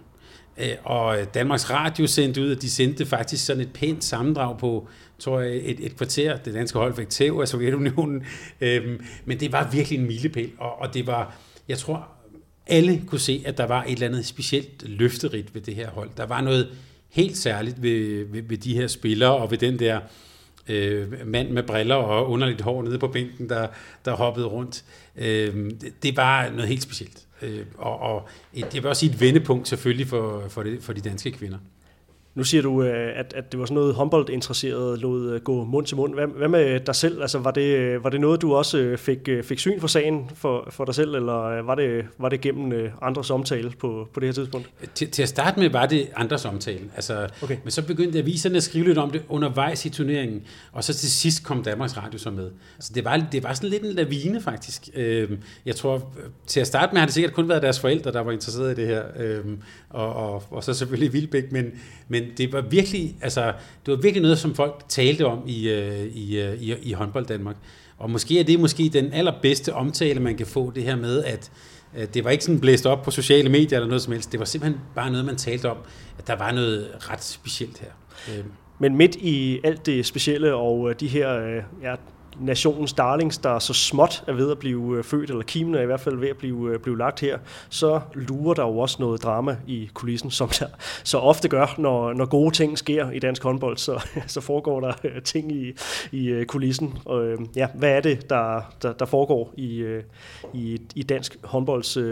Og Danmarks Radio sendte ud, at de sendte faktisk sådan et pænt sammendrag på, tror jeg, et, et kvarter. Det danske hold fik tæv af Sovjetunionen. Øhm, men det var virkelig en milepæl, og, og det var, jeg tror, alle kunne se, at der var et eller andet specielt løfterigt ved det her hold. Der var noget helt særligt ved, ved, ved de her spillere, og ved den der øh, mand med briller og underligt hår nede på bænken, der, der hoppede rundt. Øhm, det, det var noget helt specielt. Og, og et, jeg vil også sige et vendepunkt selvfølgelig for, for, det, for de danske kvinder. Nu siger du, at, at det var sådan noget håndboldinteresseret lod gå mund til mund. Hvad, hvad med dig selv? Altså, var, det, var det noget, du også fik, fik syn for sagen for, for dig selv, eller var det, var det gennem andres omtale på, på det her tidspunkt? Til, til at starte med var det andres omtale. Altså, okay. Men så begyndte aviserne at skrive lidt om det undervejs i turneringen, og så til sidst kom Danmarks Radio så med. Altså, det, var, det var sådan lidt en lavine faktisk. Jeg tror, til at starte med har det sikkert kun været deres forældre, der var interesseret i det her, og, og, og så selvfølgelig Wilbek, men, men det var virkelig, altså, det var virkelig noget, som folk talte om i, i, i, i håndbold Danmark. Og måske er det måske den allerbedste omtale, man kan få, det her med, at, at det var ikke sådan blæst op på sociale medier eller noget som helst. Det var simpelthen bare noget, man talte om, at der var noget ret specielt her. Men midt i alt det specielle og de her, ja, nationens darlings, der så småt er ved at blive født, eller kimen er i hvert fald ved at blive, blive lagt her, så lurer der jo også noget drama i kulissen, som der så ofte gør, når, når gode ting sker i dansk håndbold, så, så foregår der ting i, i kulissen. Og ja, hvad er det, der, der, der foregår i, i, i dansk håndbolds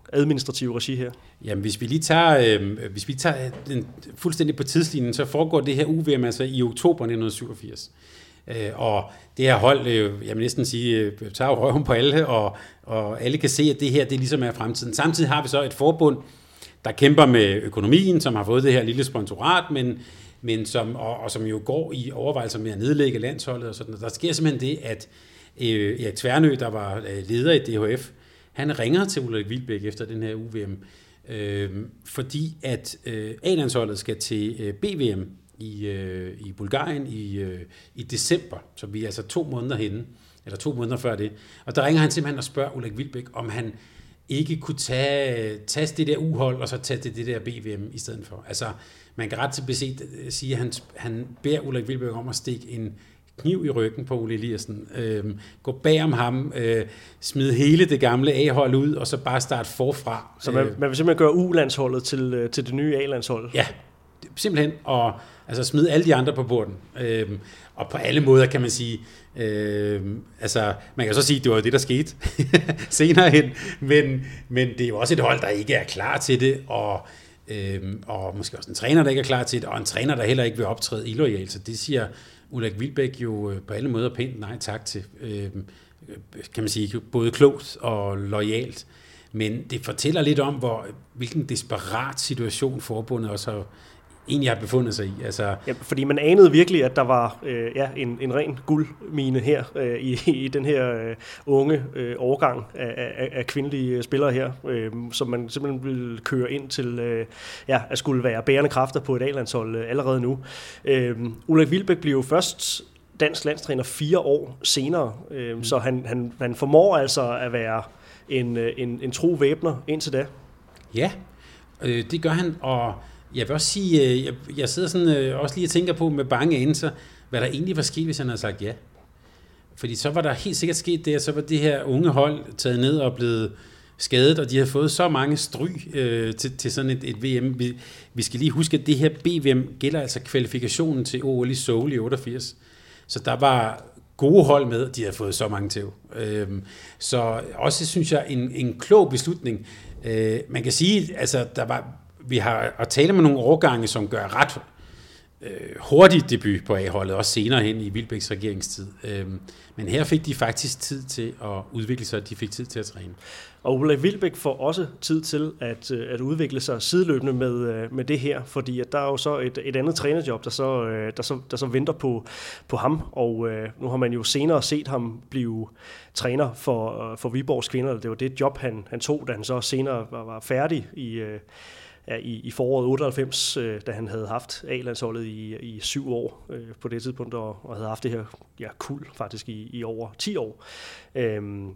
administrative regi her? Jamen, hvis vi lige tager, øh, hvis vi tager den fuldstændig på tidslinjen, så foregår det her U V M altså i oktober nitten syvogfirs. Øh, og det her hold, øh, jeg vil næsten sige, øh, tager jo røven på alle, og, og alle kan se, at det her, det ligesom er fremtiden. Samtidig har vi så et forbund, der kæmper med økonomien, som har fået det her lille sponsorat, men, men som, og, og som jo går i overvejelser med at nedlægge landsholdet og sådan. Der sker simpelthen det, at øh, Erik Tværnø, der var øh, leder i D H F, han ringer til Ulrik Wilbek efter den her U V M, øh, fordi at øh, A-landsholdet skal til øh, B V M i, øh, i Bulgarien i, øh, i december, så vi er altså to måneder henne, eller to måneder før det. Og der ringer han simpelthen og spørger Ulrik Wilbek, om han ikke kunne tage, tage det der uhold, og så tage det, det der B V M i stedet for. Altså, man kan ret til beset sige, at han, han beder Ulrik Wilbek om at stikke en kniv i ryggen på Ole Eliassen, øh, gå bag om ham, øh, smide hele det gamle A-hold ud, og så bare starte forfra. Så man, man vil simpelthen gøre U-landsholdet til, til det nye A-landshold? Ja, simpelthen, og altså smide alle de andre på borden. Øh, og på alle måder kan man sige, øh, altså man kan så sige, at det var det, der skete senere hen, men, men det er jo også et hold, der ikke er klar til det, og Øhm, og måske også en træner, der ikke er klar til det, og en træner, der heller ikke vil optræde illoyalt. Så det siger Ulrik Wilbek jo på alle måder pænt nej tak til. Øhm, kan man sige, både klogt og loyalt. Men det fortæller lidt om, hvor, hvilken desperat situation forbundet også har, egentlig har befundet sig i. Altså, ja, fordi man anede virkelig, at der var øh, ja, en, en ren guldmine her øh, i, i den her øh, unge øh, årgang af, af, af kvindelige spillere her, øh, som man simpelthen ville køre ind til øh, ja, at skulle være bærende kræfter på et A-landshold øh, allerede nu. Øh, Ulrik Wilbek blev jo først dansk landstræner fire år senere, øh, mm. så han, han, han formår altså at være en, en, en tro væbner indtil da. Ja, øh, det gør han, og jeg vil også sige, jeg, jeg sidder sådan, øh, også lige og tænker på med bange anelser, hvad der egentlig var sket, hvis han havde sagt ja. Fordi så var der helt sikkert sket det, at så var det her unge hold taget ned og blevet skadet, og de havde fået så mange stryg øh, til, til sådan et, et V M. Vi, vi skal lige huske, at det her B V M gælder altså kvalifikationen til O L i Seoul i otteogfirs. Så der var gode hold med, de havde fået så mange til. Øh, så også synes jeg, en, en klog beslutning. Øh, man kan sige, altså der var... Vi har at tale med nogle årgange, som gør ret øh, hurtigt debut på A-holdet, også senere hen i Wilbeks regeringstid. Øhm, men her fik de faktisk tid til at udvikle sig, de fik tid til at træne. Og Ulrik Wilbek får også tid til at, at udvikle sig sideløbende med, med det her, fordi at der er jo så et, et andet trænerjob, der så, der så, der så venter på, på ham, og øh, nu har man jo senere set ham blive træner for, for Viborgs kvinder. Det var det job, han, han tog, da han så senere var, var færdig i øh, Ja, i, i foråret otteoghalvfems, øh, da han havde haft A-landsholdet i, i syv år øh, på det tidspunkt, og, og havde haft det her ja, kuld faktisk i, i over ti år. Øhm,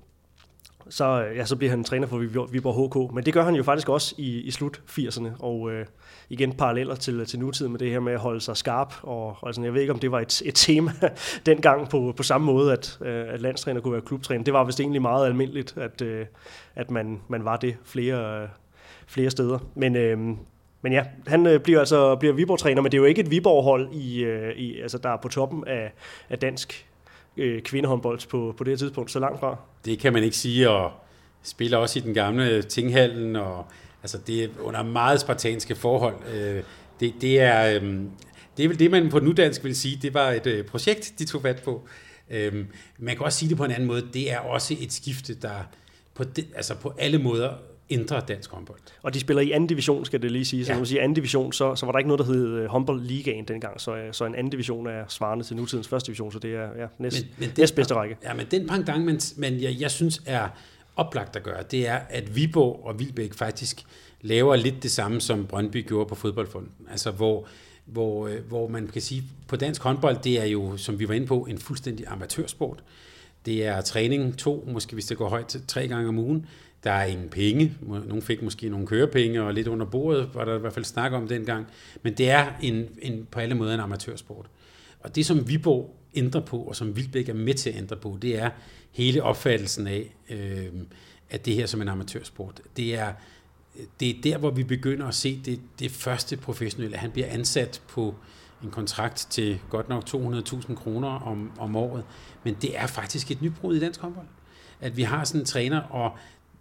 så, ja, så bliver han træner for Viborg H K, men det gør han jo faktisk også i, i slut firserne, og øh, igen paralleller til, til nutiden med det her med at holde sig skarp, og altså, jeg ved ikke, om det var et, et tema dengang på, på samme måde, at, at landstræner kunne være klubtræner. Det var vist egentlig meget almindeligt, at, at man, man var det flere flere steder. Men, øh, men ja, han øh, bliver altså bliver Viborg-træner, men det er jo ikke et Viborg-hold, i, øh, i, altså, der er på toppen af, af dansk øh, kvindehåndbold på, på det her tidspunkt, så langt fra. Det kan man ikke sige, og spiller også i den gamle Tinghallen, og altså, det er under meget spartanske forhold. Øh, det, det, er, øh, det er vel det, man på nudansk vil sige, det var et øh, projekt, de tog fat på. Øh, man kan også sige det på en anden måde, det er også et skifte, der på, det, altså på alle måder ændrer dansk håndbold. Og de spiller i anden division, skal det lige sige. Så ja. Når man siger anden division, så, så var der ikke noget, der hed håndboldligaen dengang. Så, så en anden division er svarende til nutidens første division, så det er ja, næst, men, men næst bedste række. Ja, men den pendant, men, men jeg, jeg synes er oplagt at gøre, det er, at Viborg og Wilbek faktisk laver lidt det samme, som Brøndby gjorde på fodboldfonden. Altså, hvor, hvor, hvor man kan sige, på dansk håndbold, det er jo, som vi var inde på, en fuldstændig amatørsport. Det er træning to, måske hvis det går højt, tre gange om ugen. Der er ingen penge. Nogle fik måske nogle kørepenge, og lidt under bordet, var der i hvert fald snak om dengang. Men det er en, en, på alle måder en amatørsport. Og det, som Viborg ændrer på, og som Wilbek er med til at ændre på, det er hele opfattelsen af, øh, at det her som en amatørsport. Det er, det er der, hvor vi begynder at se det, det første professionelle. Han bliver ansat på en kontrakt til godt nok to hundrede tusind kroner om, om året. Men det er faktisk et nybrud i dansk håndbold. At vi har sådan en træner, og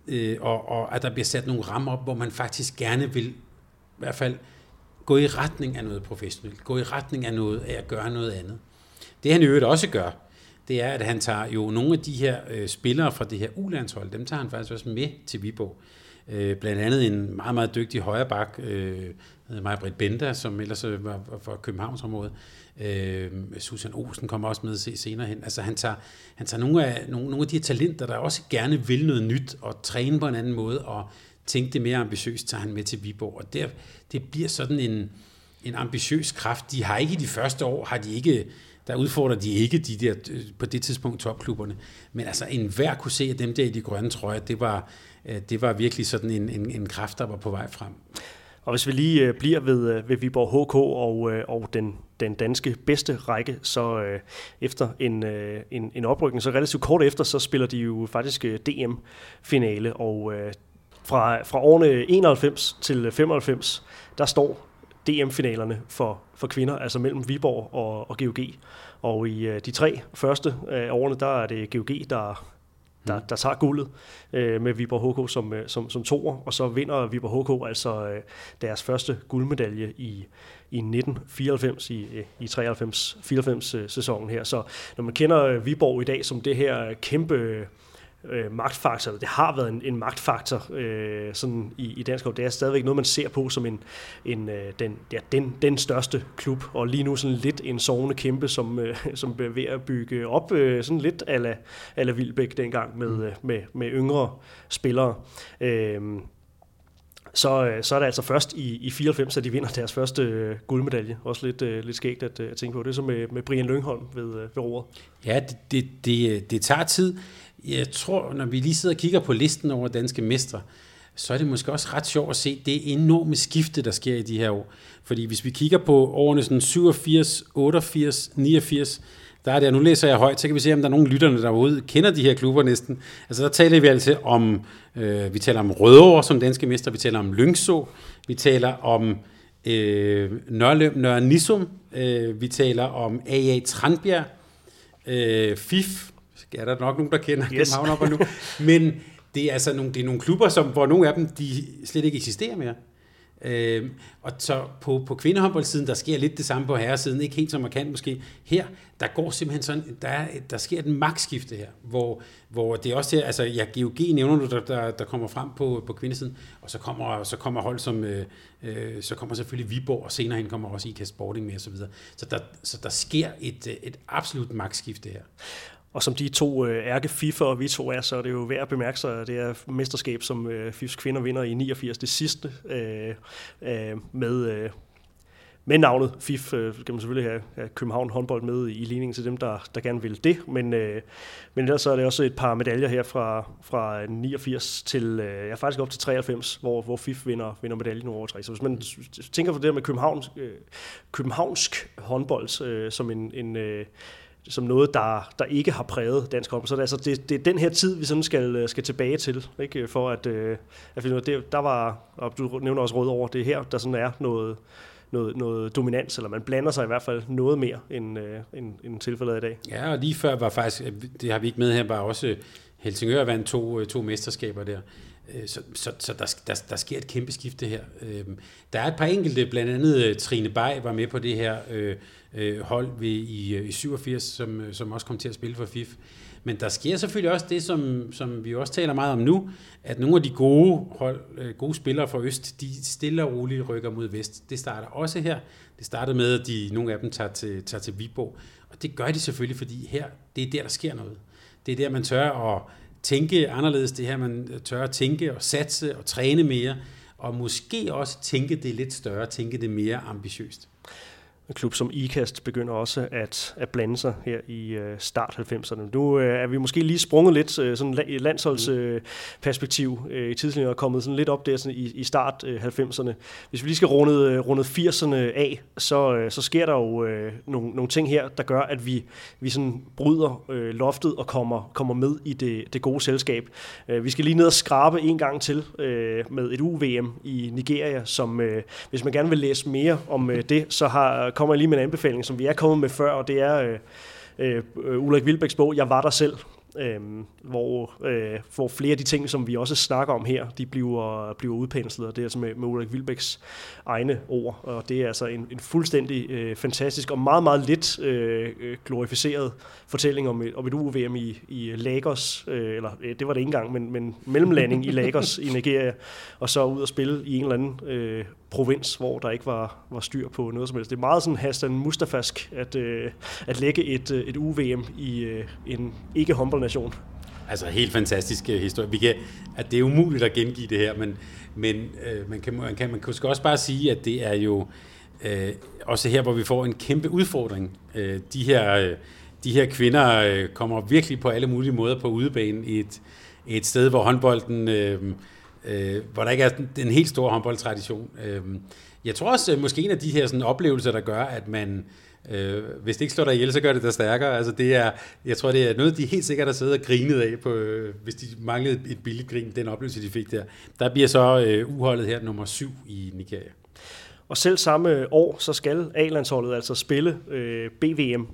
øh, og, og at der bliver sat nogle rammer op, hvor man faktisk gerne vil i hvert fald gå i retning af noget professionelt, gå i retning af noget af at gøre noget andet. Det han i øvrigt også gør, det er, at han tager jo nogle af de her øh, spillere fra det her U-landshold, dem tager han faktisk også med til Viborg. Øh, blandt andet en meget, meget dygtig højreback, øh, Maj-Britt Benda, som ellers var, var fra Københavnsområdet. Øh, Susan Olsen kommer også med se senere hen. Altså han tager, han tager nogle, af, nogle, nogle af de her talenter, der også gerne vil noget nyt, og træne på en anden måde, og tænke det mere ambitiøst, tager han med til Viborg. Og der, det bliver sådan en, en ambitiøs kraft. De har ikke i de første år, har de ikke... Der udfordrer de ikke de der, på det tidspunkt, topklubberne. Men altså enhver kunne se, at dem der i de grønne trøjer, det var, det var virkelig sådan en, en, en kraft, der var på vej frem. Og hvis vi lige bliver ved, ved Viborg H K og, og den, den danske bedste række, så øh, efter en, øh, en, en oprykning, så relativt kort efter, så spiller de jo faktisk D M-finale. Og øh, fra, fra årene enoghalvfems til femoghalvfems, der står D M-finalerne for, for kvinder, altså mellem Viborg og, og G O G. Og i øh, de tre første af årene, der er det G O G, der, der, der tager guldet øh, med Viborg H K som, som, som toer, og så vinder Viborg H K altså øh, deres første guldmedalje i, i nitten fireoghalvfems, i, i treoghalvfems fireoghalvfems sæsonen her. Så når man kender Viborg i dag som det her kæmpe Øh, magtfaktor, det har været en, en magtfaktor øh, sådan i, i dansk klub. Det er stadigvæk noget, man ser på som en, en, øh, den, ja, den, den største klub, og lige nu sådan lidt en sovende kæmpe, som, øh, som er ved at bygge op, øh, sådan lidt a la, a la Vilbæk dengang med, mm. øh, med, med yngre spillere. Øh, så, så er det altså først i, i fireoghalvfems, at de vinder deres første øh, guldmedalje. Også lidt, øh, lidt skægt at, at tænke på. Det er så med, med Brian Lyngholm ved, øh, ved roret. Ja, det, det, det, det tager tid. Jeg tror, når vi lige sidder og kigger på listen over danske mestre, så er det måske også ret sjovt at se det enorme skifte, der sker i de her år. Fordi hvis vi kigger på årene sådan syvogfirs, otteogfirs, niogfirs, der er det, nu læser jeg højt, så kan vi se, om der er nogle lytterne derude, kender de her klubber næsten. Altså der taler vi altså om, øh, vi taler om Rødovre som danske mestre, vi taler om Lyngså, vi taler om øh, Nørløb, Nørre Nissum, øh, vi taler om A A Tranbjerg, øh, F I F, er der nok nogen, der kender yes. København op og nu. Men det er altså nogle, det er nogle klubber, som, hvor nogle af dem de slet ikke eksisterer mere. Øh, og så på, på kvindehåndboldsiden, der sker lidt det samme på herresiden, ikke helt så markant måske. Her, der går simpelthen sådan, der, er, der sker et magtskifte her, hvor, hvor det er også her, altså ja, G O G nævner du, der, der, der kommer frem på, på kvindesiden, og så kommer, så kommer hold som, øh, øh, så kommer selvfølgelig Viborg, og senere hen kommer også I K A Sporting med, og så videre. Så der, så der sker et, et absolut magtskifte her. Og som de to øh, ærke FIFA og vi to er, så er det jo værd at bemærke sig, at det er mesterskab, som øh, F I Fs kvinder vinder i niogfirs, det sidste øh, øh, med, øh, med navnet F I F. Øh, skal man selvfølgelig have, have København håndbold med i ligningen til dem, der, der gerne vil det. Men, øh, men ellers så er det også et par medaljer her fra, fra niogfirs til, øh, ja, faktisk op til treoghalvfems, hvor, hvor F I F vinder, vinder medaljen over tre. Så hvis man tænker på det der med København, øh, københavnsk håndbold øh, som en... en øh, som noget, der, der ikke har præget dansk håndbold. Så det, altså, det, det er den her tid, vi sådan skal, skal tilbage til, ikke? For at, øh, at det, der var, og du nævner også Rødovre, det her, der sådan er noget, noget, noget dominans, eller man blander sig i hvert fald noget mere, end, øh, end, end tilfældet i dag. Ja, og lige før var faktisk, det har vi ikke med her, bare også Helsingør vandt to, to mesterskaber der. Så, så, så der, der, der sker et kæmpe skifte her. Der er et par enkelte, blandt andet Trine Bay var med på det her øh, hold ved, i, i syvogfirs, som, som også kom til at spille for F I F. Men der sker selvfølgelig også det, som, som vi også taler meget om nu, at nogle af de gode, hold, gode spillere fra Øst, de stille og roligt rykker mod Vest. Det starter også her. Det startede med, at de, nogle af dem tager til, tager til Viborg. Og det gør de selvfølgelig, fordi her, det er der, der sker noget. Det er der, man tør at tænke anderledes, det her, man tør at tænke og satse og træne mere, og måske også tænke det lidt større, tænke det mere ambitiøst. En klub som I K A S T begynder også at, at blande sig her i uh, start halvfemserne. Nu uh, er vi måske lige sprunget lidt uh, sådan i landsholdsperspektiv uh, uh, i tidslinjen og kommet sådan lidt op der sådan i, i start uh, halvfemserne. Hvis vi lige skal runde, uh, runde firserne af, så, uh, så sker der jo uh, nogle, nogle ting her, der gør, at vi, vi sådan bryder uh, loftet og kommer, kommer med i det, det gode selskab. Uh, vi skal lige ned og skrabe en gang til uh, med et U V M i Nigeria, som uh, hvis man gerne vil læse mere om uh, det, så har kommer jeg lige med en anbefaling, som vi er kommet med før, og det er øh, øh, Ulrik Wilbæks bog, Jeg var der selv. øh, hvor, øh, hvor flere af de ting, som vi også snakker om her, de bliver, bliver udpenslet, og det er altså med, med Ulrik Wilbæks egne ord, og det er altså en, en fuldstændig øh, fantastisk og meget, meget lidt øh, glorificeret fortælling om et, om et U V M i, i Lagos, øh, eller øh, det var det ikke engang, men, men mellemlanding i Lagos i Nigeria, og så ud og spille i en eller anden øh, provins, hvor der ikke var, var styr på noget som helst. Det er meget sådan Hassan Mustafask at, øh, at lægge et, et U V M i øh, en ikke-håndboldnation. Altså helt fantastisk uh, historie. Vi kan, at det er umuligt at gengive det her, men, men øh, man, kan, man, kan, man kan også bare sige, at det er jo øh, også her, hvor vi får en kæmpe udfordring. Øh, de, her, øh, de her kvinder øh, kommer virkelig på alle mulige måder på udebanen i et, et sted, hvor håndbolden, øh, øh, hvor der ikke er en helt stor håndboldtradition. Øh, jeg tror også, øh, måske en af de her sådan, oplevelser, der gør, at man Øh, hvis det ikke slår dig ihjel, så gør det dig stærkere. Altså det er, jeg tror, det er noget, de helt sikkert har siddet og grinet af, på, øh, hvis de manglede et billigt grin, den oplevelse, de fik der. Der bliver så øh, uholdet her nummer syv i Nigeria. Og selv samme år, så skal A-landsholdet altså spille øh, B V M,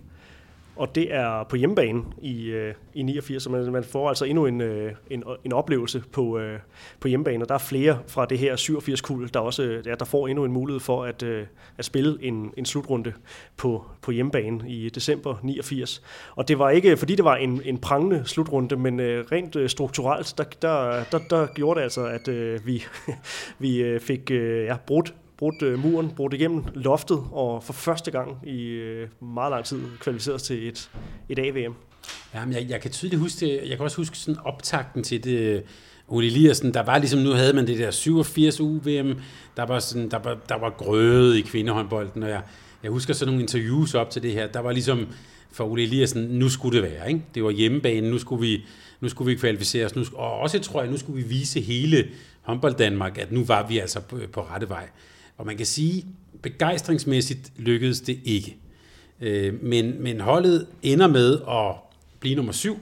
og det er på hjemmebane i, øh, i niogfirs, så man, man får altså endnu en, øh, en, en oplevelse på, øh, på hjemmebane, og der er flere fra det her syvogfirs-kuld, der også ja, der får endnu en mulighed for at, øh, at spille en, en slutrunde på, på hjemmebane i december niogfirs. Og det var ikke, fordi det var en, en prangende slutrunde, men øh, rent øh, strukturelt, der, der, der, der gjorde det altså, at øh, vi, vi øh, fik øh, ja, brudt brudt uh, muren, brudt igennem loftet, og for første gang i uh, meget lang tid kvalificeret til et, et A V M. Jamen, jeg, jeg kan tydeligt huske det. Jeg kan også huske sådan optakten til det. Ole Eliassen, der var ligesom, nu havde man det der syvogfirs U V M, der var, sådan, der var, der var grøde i kvindehåndbolden, og jeg, jeg husker sådan nogle interviews op til det her. Der var ligesom for Ole Eliassen, nu skulle det være, ikke? Det var hjemmebane, nu skulle vi, nu skulle vi kvalificere os, nu, og også tror jeg, nu skulle vi vise hele håndbold Danmark, at nu var vi altså på, på rette vej. Og man kan sige, begejstringsmæssigt lykkedes det ikke. Øh, men, men holdet ender med at blive nummer syv,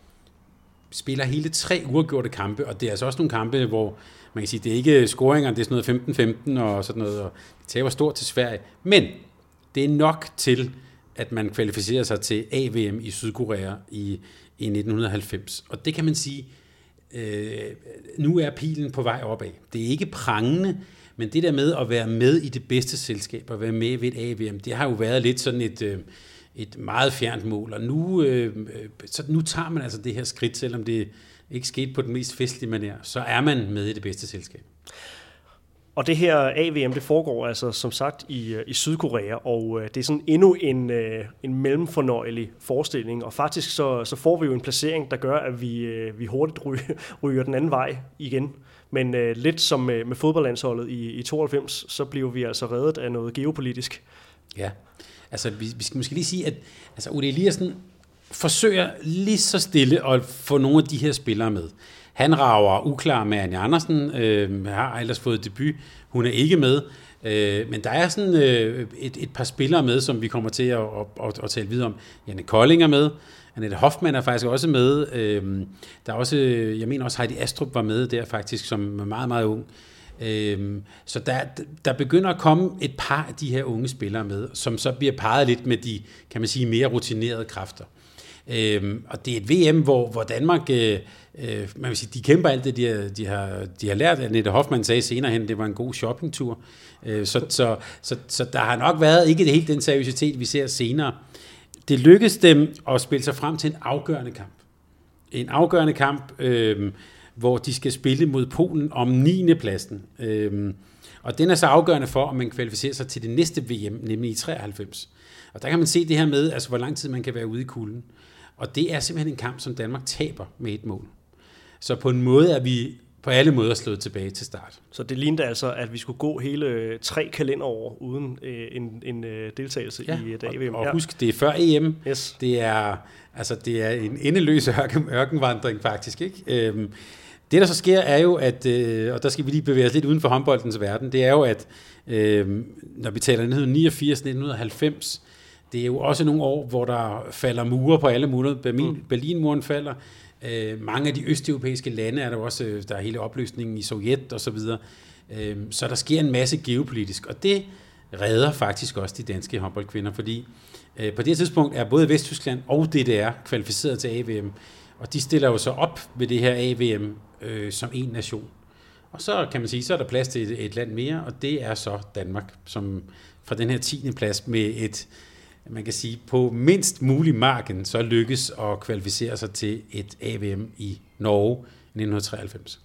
spiller hele tre uafgjorte kampe, og det er altså også nogle kampe, hvor man kan sige, det er ikke scoringer, det er sådan noget femten femten og sådan noget, og det tager stort til Sverige. Men det er nok til, at man kvalificerer sig til A V M i Sydkorea i, i nitten halvfems. Og det kan man sige, øh, nu er pilen på vej opad. Det er ikke prangende, men det der med at være med i det bedste selskab, og være med ved et A V M, det har jo været lidt sådan et, et meget fjernt mål, og nu, så nu tager man altså det her skridt, selvom det ikke skete på den mest festlige manér, så er man med i det bedste selskab. Og det her A V M, det foregår altså som sagt i, i Sydkorea, og det er sådan endnu en, en mellemfornøjelig forestilling, og faktisk så, så får vi jo en placering, der gør, at vi, vi hurtigt ryger, ryger den anden vej igen. Men uh, lidt som med, med fodboldlandsholdet i, i tooghalvfems, så bliver vi altså reddet af noget geopolitisk. Ja, altså vi, vi skal måske lige sige, at altså, Ole Eliassen forsøger lige så stille at få nogle af de her spillere med. Han rager uklar med Anja Andersen, øh, har ellers fået debut, hun er ikke med, øh, men der er sådan øh, et, et par spillere med, som vi kommer til at, at, at, at tale videre om. Janne Kolding er med, Annette Hoffmann er faktisk også med. Øhm, der er også, jeg mener også Heidi Astrup var med der faktisk, som er meget, meget ung. Øhm, så der, der begynder at komme et par af de her unge spillere med, som så bliver parret lidt med de, kan man sige, mere rutinerede kræfter. Øhm, og det er et V M, hvor, hvor Danmark, øh, øh, man vil sige, de kæmper alt det, de har, de har, de har lært. Annette Hoffmann sagde senere hen, det var en god shoppingtur. Øh, så, så, så, så der har nok været ikke det helt den seriøsitet, vi ser senere. Det lykkedes dem at spille sig frem til en afgørende kamp. En afgørende kamp, øh, hvor de skal spille mod Polen om niende pladsen. Øh, og den er så afgørende for, om man kvalificerer sig til det næste V M, nemlig i treoghalvfems. Og der kan man se det her med, altså hvor lang tid man kan være ude i kulden. Og det er simpelthen en kamp, som Danmark taber med et mål. Så på en måde er vi på alle måder slået tilbage til start. Så det lignede altså, at vi skulle gå hele tre kalenderår uden øh, en, en øh, deltagelse ja, i et A V M. Og, og husk, det er før E M. Yes. Det er, altså, det er en endeløs ørken, ørkenvandring faktisk, ikke? Øhm, det, der så sker, er jo, at, øh, og der skal vi lige bevæge os lidt uden for håndboldens verden, det er jo, at øh, når vi taler nitten niogfirs til nitten halvfems, det er jo også nogle år, hvor der falder mure på alle muligheder. Berlin, mm. Berlinmuren falder. Øh, mange af de østeuropæiske lande er der også, der er hele opløsningen i Sovjet og så videre. Øh, så der sker en masse geopolitisk, og det redder faktisk også de danske håndboldkvinder, fordi øh, på det tidspunkt er både Vesttyskland og D D R kvalificeret til A V M, Og de stiller jo så op ved det her A V M øh, som en nation. Og så kan man sige, så er der plads til et, et land mere, og det er så Danmark, som fra den her tiende plads med et, man kan sige, på mindst mulig marken, så lykkes at kvalificere sig til et A V M i Norge i nitten treoghalvfems.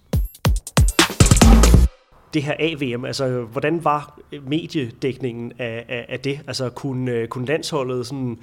Det her A V M, altså hvordan var mediedækningen af, af, af det? Altså kunne, kunne landsholdet sådan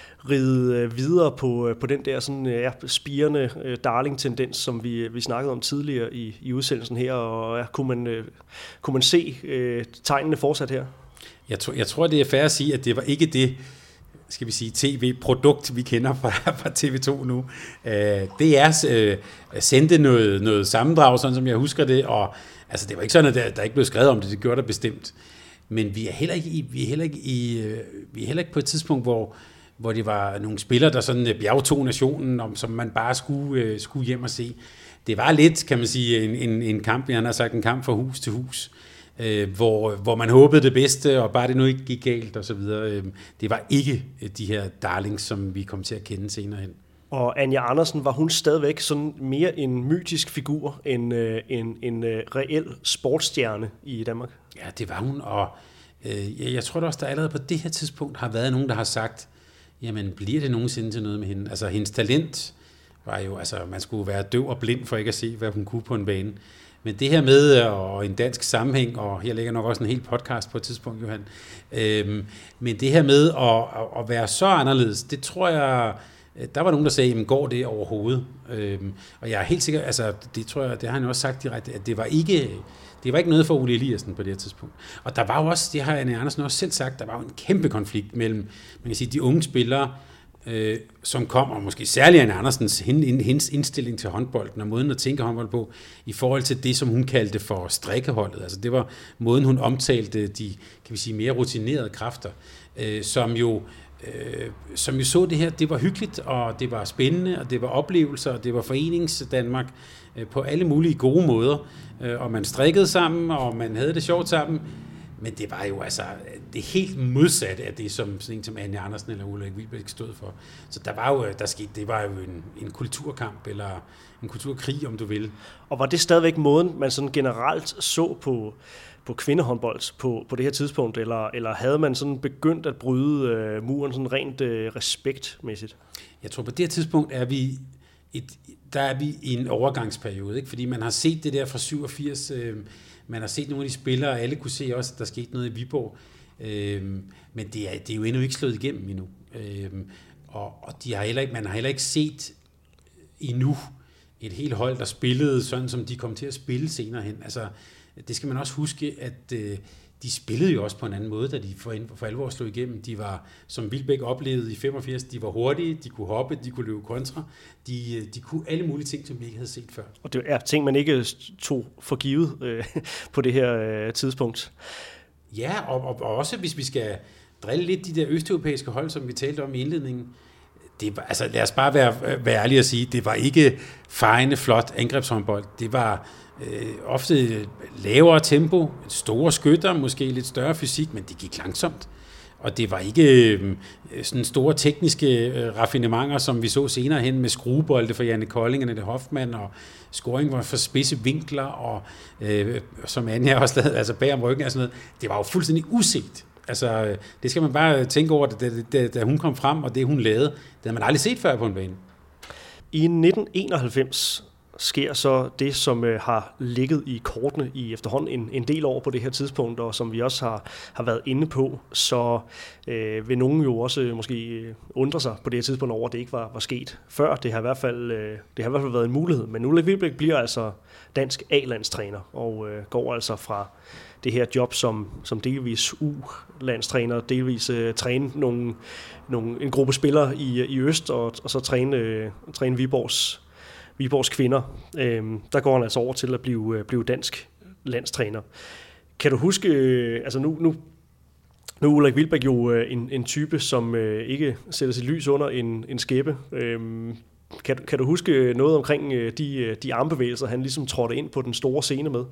ride videre på, på den der sådan, ja, spirende uh, darling-tendens, som vi, vi snakkede om tidligere i, i udsendelsen her, og ja, kunne, man, uh, kunne man se uh, tegnene fortsat her? Jeg tror, jeg tror, det er fair at sige, at det var ikke det, skal vi sige, tv-produkt, vi kender fra, fra T V to nu. Uh, det er uh, sendte noget, noget sammendrag, sådan som jeg husker det, og altså, det var ikke sådan, at der, der ikke blev skrevet om det, det gjorde der bestemt. Men vi er heller ikke, i, vi er heller ikke, i, vi er heller ikke på et tidspunkt, hvor hvor det var nogle spillere, der sådan bjergtog nationen, om, som man bare skulle, uh, skulle hjem og se. Det var lidt, kan man sige, en, en, en kamp, jeg har sagt, en kamp fra hus til hus, uh, hvor, hvor man håbede det bedste, og bare det nu ikke gik galt og så videre. Uh, det var ikke uh, de her darlings, som vi kom til at kende senere hen. Og Anja Andersen, var hun stadigvæk sådan mere en mytisk figur end uh, en, en uh, reel sportsstjerne i Danmark? Ja, det var hun, og uh, jeg, jeg tror da også, der allerede på det her tidspunkt har været nogen, der har sagt, jamen, bliver det nogensinde til noget med hende? Altså, hendes talent var jo, altså, man skulle være døv og blind for ikke at se, hvad hun kunne på en bane. Men det her med, og en dansk sammenhæng, og her ligger nok også en hel podcast på et tidspunkt, Johan, øhm, men det her med at, at være så anderledes, det tror jeg, der var nogen, der sagde, jamen, går det overhovedet? Øhm, og jeg er helt sikker, altså, det tror jeg, det har han jo også sagt direkte, at det var ikke... Det var ikke noget for Ole Eliassen på det her tidspunkt. Og der var jo også, det har Anja Andersen også selv sagt, der var jo en kæmpe konflikt mellem, man kan sige, de unge spillere, øh, som kom, og måske særligt Anja Andersens, hendes indstilling til håndbolden, og måden at tænke håndbold på, i forhold til det, som hun kaldte for strikkeholdet. Altså det var måden, hun omtalte de, kan vi sige, mere rutinerede kræfter, øh, som jo øh, som jo så det her, det var hyggeligt, og det var spændende, og det var oplevelser, og det var forenings-Danmark øh, på alle mulige gode måder, øh, og man strikkede sammen, og man havde det sjovt sammen, men det var jo altså det helt modsatte af det, som sådan en som Anja Andersen eller Ulrik Wilbæk stod for. Så der var jo, der skete, det var jo en, en kulturkamp, eller en kulturkrig, om du vil. Og var det stadigvæk måden, man sådan generelt så på, på kvindehåndbold på, på det her tidspunkt, eller, eller havde man sådan begyndt at bryde øh, muren sådan rent øh, respektmæssigt? Jeg tror, på det her tidspunkt er vi, et, der er vi i en overgangsperiode, ikke? Fordi man har set det der fra syvogfirs, øh, man har set nogle af de spillere, og alle kunne se også, at der skete noget i Viborg, øh, men det er, det er jo endnu ikke slået igennem endnu. Øh, og og de har heller ikke, man har heller ikke set endnu et helt hold, der spillede sådan, som de kom til at spille senere hen. Altså, det skal man også huske, at øh, de spillede jo også på en anden måde, da de for, for alvor slog igennem. De var, som Wilbæk oplevede i femogfirs, de var hurtige, de kunne hoppe, de kunne løbe kontra. De, de kunne alle mulige ting, som vi ikke havde set før. Og det er ting, man ikke tog for givet øh, på det her øh, tidspunkt. Ja, og, og, og også hvis vi skal drille lidt de der østeuropæiske hold, som vi talte om i indledningen, det var, altså lad os bare være, være ærlige og sige, det var ikke fejende, flot angrebshåndbold. Det var øh, ofte lavere tempo, store skytter, måske lidt større fysik, men det gik langsomt. Og det var ikke øh, sådan store tekniske øh, raffinementer, som vi så senere hen med skruebolde for Janne Kolding og Nette Hoffmann, og scoring var for spidse vinkler, og øh, som Anja også lavede, altså bag om ryggen og sådan noget. Det var jo fuldstændig uset. Altså, det skal man bare tænke over, da, da, da hun kom frem, og det hun lavede, det havde man aldrig set før på en bane. I nitten enoghalvfems sker så det, som øh, har ligget i kortene i efterhånden en, en del år på det her tidspunkt, og som vi også har, har været inde på, så øh, vil nogen jo også øh, måske undre sig på det her tidspunkt over, at det ikke var, var sket før. Det har i hvert fald, øh, det har i hvert fald været en mulighed, men Ulrik Wilbæk bliver altså dansk A-landstræner, og øh, går altså fra det her job som, som delvis U-landstræner, delvis øh, træne nogle, nogle, en gruppe spillere i, i Øst, og, og så træne, øh, træne Viborgs, Viborgs kvinder. Øhm, der går han altså over til at blive, øh, blive dansk landstræner. Kan du huske, øh, altså nu, nu, nu er Ulrik Wilbæk jo øh, en, en type, som øh, ikke sætter sit lys under en, en skæppe. Øhm, kan, kan du huske noget omkring øh, de, de armbevægelser, han ligesom trådte ind på den store scene med?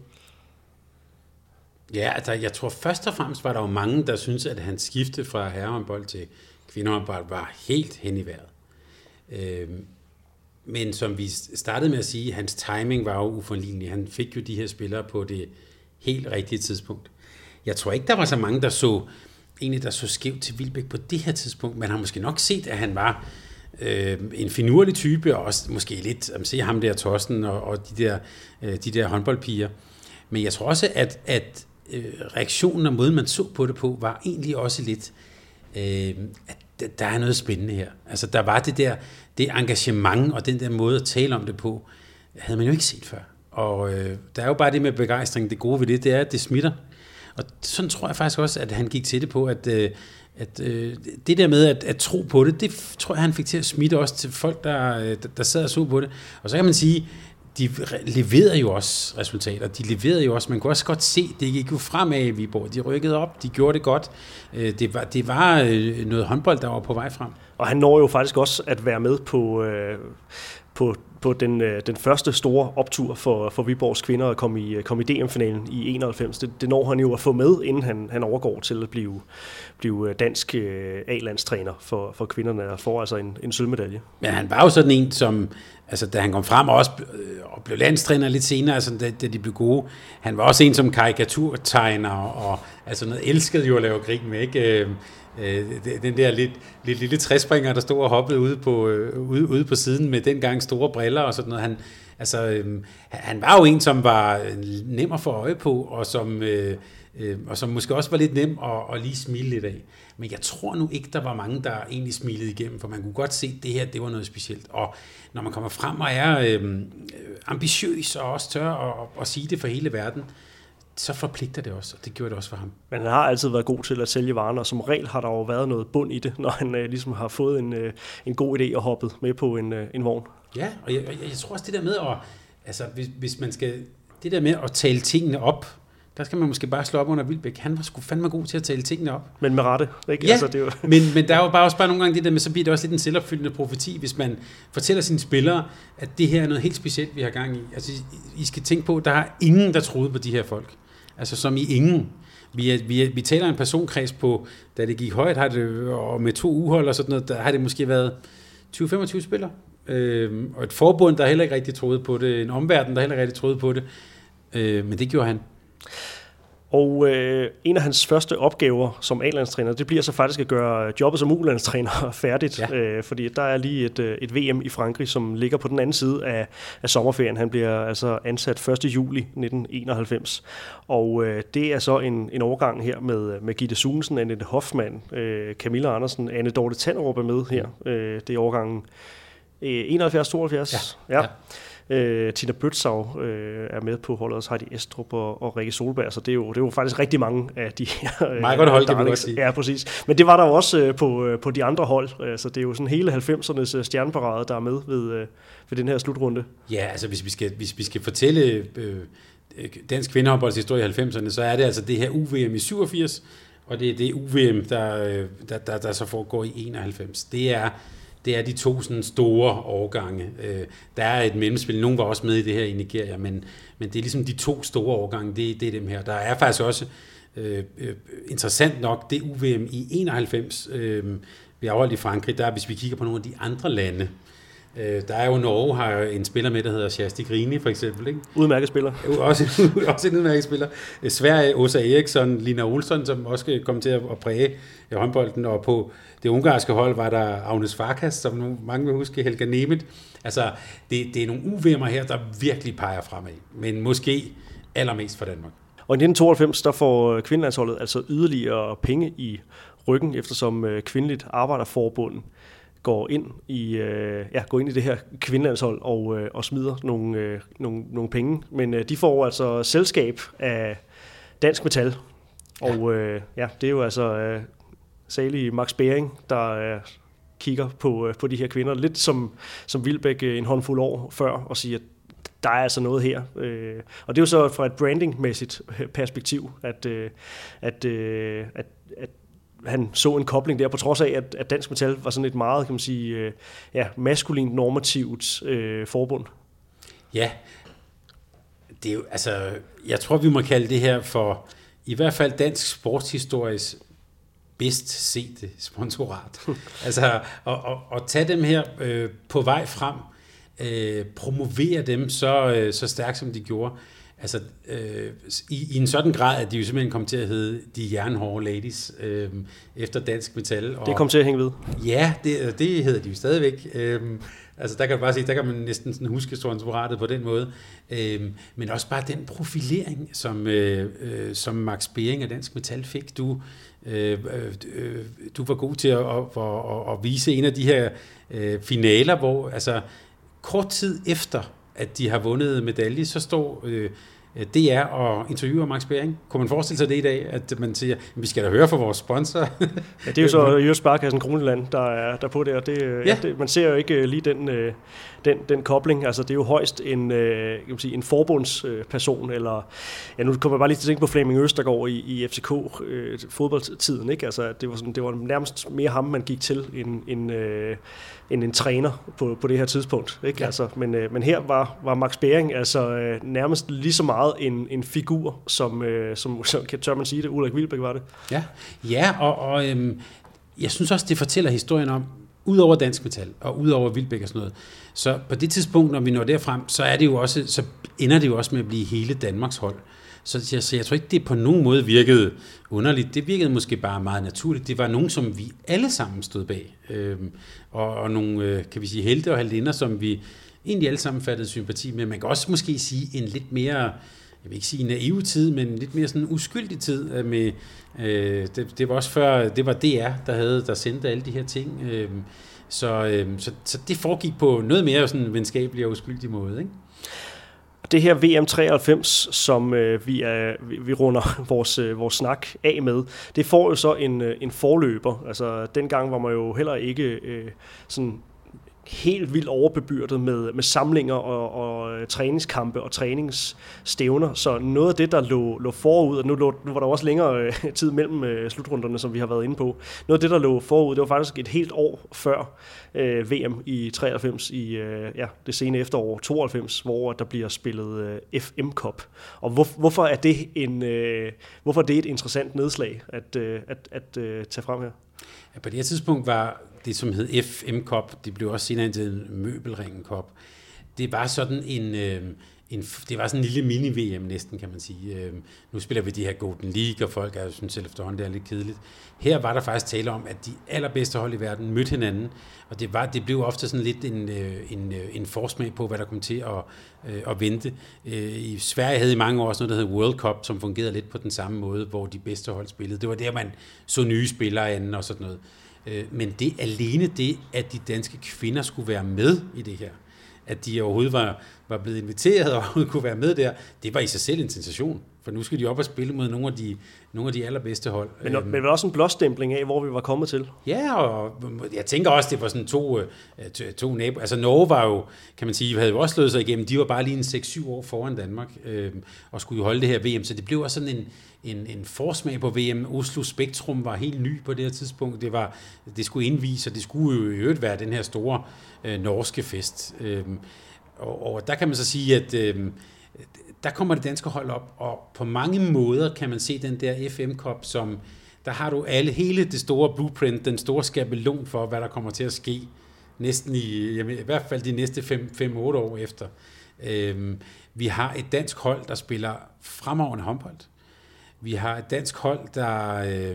Ja, altså, jeg tror først og fremmest var der jo mange, der synes, at hans skifte fra herrehåndbold til kvindehåndbold var helt hen i vejret. Øhm, men som vi startede med at sige, hans timing var jo uforlignelig. Han fik jo de her spillere på det helt rigtige tidspunkt. Jeg tror ikke, der var så mange, der så, egentlig, der så skævt til Wilbek på det her tidspunkt. Man har måske nok set, at han var øh, en finurlig type, og også måske lidt, at se ham der Torsten og, og de, der, øh, de der håndboldpiger. Men jeg tror også, at, at øh, reaktionen og måden, man så på det på, var egentlig også lidt, øh, at der er noget spændende her. Altså, der var det der, det engagement og den der måde at tale om det på, havde man jo ikke set før. Og øh, der er jo bare det med begejstring, det gode ved det, det er, at det smitter. Og sådan tror jeg faktisk også, at han gik til det på, at, øh, at øh, det der med at, at tro på det, det tror jeg, han fik til at smitte også til folk, der, der sad og så på det. Og så kan man sige, de leverede jo også resultater. De leverede jo også, man kunne også godt se, det gik jo fremad i Viborg. De rykkede op, de gjorde det godt. Det var, det var noget håndbold, der var på vej frem. Og han når jo faktisk også at være med på, øh, på, på den, øh, den første store optur for, for Viborgs kvinder at komme i, komme i D M-finalen i enoghalvfems. Det, det når han jo at få med, inden han, han overgår til at blive, blive dansk øh, A-landstræner for, for kvinderne og får altså en, en sølvmedalje. Men han var jo sådan en, som, altså da han kom frem og også øh, og blev landstræner lidt senere, altså da, da de blev gode, han var også en som karikaturtegner og altså noget elskede jo at lave grin med, ikke? Øh, den der lidt, lidt lille træspringer, der stod og hoppede ude på, ude, ude på siden med dengang store briller og sådan noget. Han, altså, øhm, han var jo en, som var nem at få øje på, og som, øh, øh, og som måske også var lidt nem at, at lige smile lidt af. Men jeg tror nu ikke, der var mange, der egentlig smilede igennem, for man kunne godt se, at det her, det var noget specielt. Og når man kommer frem og er øh, ambitiøs og også tør at, at sige det for hele verden, så forpligter det også, og det gjorde det også for ham. Men han har altid været god til at sælge varerne, og som regel har der jo været noget bund i det, når han øh, ligesom har fået en, øh, en god idé og hoppet med på en, øh, en vogn. Ja, og jeg, jeg, jeg tror også det der med at, altså hvis, hvis man skal, det der med at tale tingene op, der skal man måske bare slå op under Wilbek. Han var sgu fandme god til at tale tingene op. Men med rette, ikke? Ja, altså, det er jo... men, men der er jo bare også bare nogle gange det der med, så bliver det også lidt en selvopfyldende profeti, hvis man fortæller sine spillere, at det her er noget helt specielt, vi har gang i. Altså, I skal tænke på, at der er ingen, der troede på de her folk. Altså som i ingen. Vi, er, vi, er, vi taler en personkreds på, da det gik højt, har det, og med to uhold og sådan noget, der har det måske været tyve til femogtyve spillere. Øhm, og et forbund, der heller ikke rigtig troede på det. En omverden, der heller ikke rigtig troede på det. Øh, men det gjorde han. Og øh, en af hans første opgaver som A-landstræner, det bliver så faktisk at gøre jobbet som U-landstræner færdigt, ja. øh, fordi der er lige et, et V M i Frankrig, som ligger på den anden side af, af sommerferien. Han bliver altså ansat første juli nitten enoghalvfems, og øh, det er så en, en overgang her med, med Gitte Sunesen, Annette Hoffmann, øh, Camilla Andersen, Anne Dorte Tanderup er med her. Øh, det er overgangen øh, enoghalvfjerds tooghalvfjerds. Ja. Ja. Ja. Uh, Tina Bøtsav uh, er med på holdet, så har de Estrup og, og Rikke Solberg, så det er, jo, det er jo faktisk rigtig mange af de her... Uh, Meget godt hold, kan vi godt sige. Ja, præcis. Men det var der jo også uh, på, uh, på de andre hold, uh, så det er jo sådan hele halvfemsernes uh, stjerneparade, der er med ved, uh, ved den her slutrunde. Ja, altså hvis vi skal, hvis vi skal fortælle øh, dansk kvindehåndbolds historie i halvfemserne, så er det altså det her U V M i syvogfirs, og det er det U V M, der, der, der, der så foregår i enoghalvfems. Det er... Det er de to sådan store årgange. Der er et mellemspil. Nogen var også med i det her i Nigeria, men, men det er ligesom de to store årgange. Det, det er dem her. Der er faktisk også øh, interessant nok det U V M i enoghalvfems, øh, vi har afholdt i Frankrig. Der, hvis vi kigger på nogle af de andre lande, øh, der er jo Norge, har jo en spiller med, der hedder Kjersti Grini for eksempel. Ikke? Udmærket spiller. Også, også en udmærket spiller. Sverige, Åsa Eriksson, Lina Olsson, som også kom til at præge håndbolden, og på det ungarske hold var der Agnes Farkas, som mange vil huske, Helga Nemeth. Altså, det, det er nogle U V M'er her, der virkelig peger fremad, men måske allermest for Danmark. Og i nitten tooghalvfems, der får kvindelandsholdet altså yderligere penge i ryggen, eftersom Kvindeligt Arbejderforbund går ind i, ja, går ind i det her kvindelandshold og, og smider nogle, nogle, nogle penge. Men de får altså selskab af Dansk Metal, og ja, ja det er jo altså... salig Max Bering, der øh, kigger på, øh, på de her kvinder, lidt som, som Wilbek øh, en håndfuld år før, og siger, at der er altså noget her. Øh, og det er jo så fra et brandingmæssigt perspektiv, at, øh, at, øh, at, at han så en kobling der, på trods af, at, at Dansk Metal var sådan et meget, kan man sige, øh, ja, maskulint normativt øh, forbund. Ja, det er jo, altså, jeg tror, vi må kalde det her for, i hvert fald dansk sportshistories bedst sete sponsorat. altså, og, og, og tage dem her øh, på vej frem. øh, promovere dem så, øh, så stærkt, som de gjorde. Altså, øh, i, i en sådan grad, at de jo simpelthen kom til at hedde de jernhårde ladies øh, efter Dansk Metal. Og, det kom til at hænge ved. Ja, det, det hedder de jo stadigvæk. Øh, altså, der kan du bare se, der kan man næsten sådan huske sponsoratet på den måde. Øh, men også bare den profilering, som, øh, øh, som Max Bering af Dansk Metal fik. Du, øh, øh, du var god til at, at, at, at vise en af de her øh, finaler, hvor altså kort tid efter at de har vundet medalje, så står øh, D R og interviewer Max Bering. Kunne man forestille sig det i dag, at man siger, vi skal da høre fra vores sponsor? Ja, det er jo så Jysk Sparekassen Kroneland, der er der på det, og det, ja. Ja, det, man ser jo ikke lige den, den, den kobling. Altså, det er jo højst en, kan man sige, en forbundsperson, eller ja, nu kommer jeg bare lige til at tænke på Flemming Østergaard i, i F C K øh, fodboldtiden, ikke? Altså, det var, sådan, det var nærmest mere ham, man gik til, end, end, øh, end en træner på, på det her tidspunkt, ikke? Ja. Altså, men, øh, men her var, var Max Bering altså øh, nærmest lige så meget en, en figur, som, øh, som, som tør man sige det, Ulrik Wilbæk var det. Ja, ja og, og øhm, jeg synes også, det fortæller historien om, udover Dansk Metal og udover Wilbæk og sådan noget, så på det tidspunkt, når vi når derfrem, så er det jo også, så ender det jo også med at blive hele Danmarks hold. Så jeg, så jeg tror ikke, det på nogen måde virkede underligt. Det virkede måske bare meget naturligt. Det var nogen, som vi alle sammen stod bag. Øhm, og, og nogle, kan vi sige, helte og heltinder, som vi egentlig alle sammen fattede sympati med. Man kan også måske sige en lidt mere, jeg vil ikke sige naiv tid, men lidt mere sådan uskyldig tid. Med, øh, det, det var også før, det var D R, der havde, der sendte alle de her ting. Øh, så, øh, så, så det foregik på noget mere sådan venskabelig og uskyldig måde, ikke? Det her V M treoghalvfems, som øh, vi, er, vi, vi runder vores, øh, vores snak af med, det får jo så en, en forløber. Altså, dengang var man jo heller ikke øh, sådan helt vildt overbebyrdet med, med samlinger og, og træningskampe og træningsstævner. Så noget af det, der lå, lå forud, og nu, lå, nu var der også længere øh, tid mellem øh, slutrunderne, som vi har været inde på. Noget af det, der lå forud, det var faktisk et helt år før øh, V M i treoghalvfems, i øh, ja, det sene efterår tooghalvfems, hvor der bliver spillet øh, F M Cup. Og hvor, hvorfor, er det en, øh, hvorfor er det et interessant nedslag at, øh, at, at øh, tage frem her? Ja, på det her tidspunkt var det, som hed F M Cup, det blev også senere til Møbelringen Cup. Det var sådan en, øh, en, det var sådan en lille mini-V M næsten, kan man sige. Øh, nu spiller vi de her Golden League, og folk er synes selv efterhånden, det er lidt kedeligt. Her var der faktisk tale om, at de allerbedste hold i verden mødte hinanden, og det, var, det blev ofte sådan lidt en, en, en forsmag på, hvad der kom til at, at vente. I Sverige havde i mange år også noget, der hed World Cup, som fungerede lidt på den samme måde, hvor de bedste hold spillede. Det var der, man så nye spillere anden og sådan noget. Men det alene det, at de danske kvinder skulle være med i det her, at de overhovedet var, var blevet inviteret og overhovedet kunne være med der, det var i sig selv en sensation. For nu skal de op og spille mod nogle af de, nogle af de allerbedste hold. Men, men det var også en blåstempling af, hvor vi var kommet til. Ja, og jeg tænker også, det var sådan to, to naboer. Altså Norge var jo, kan man sige, havde jo også slået sig igennem. De var bare lige en seks syv år foran Danmark øh, og skulle jo holde det her V M. Så det blev også sådan en, en, en forsmag på V M. Oslo Spektrum var helt ny på det her tidspunkt. Det, var, det skulle indvise, og det skulle jo i øvrigt være den her store øh, norske fest. Øh, og, og der kan man så sige, at øh, der kommer det danske hold op, og på mange måder kan man se den der F M Cup, som der har du alle, hele det store blueprint, den store skabelon for, hvad der kommer til at ske, næsten i, jamen, i hvert fald de næste fem otte år efter. Øhm, vi har et dansk hold, der spiller fremragende håndbold. Vi har et dansk hold, der øh,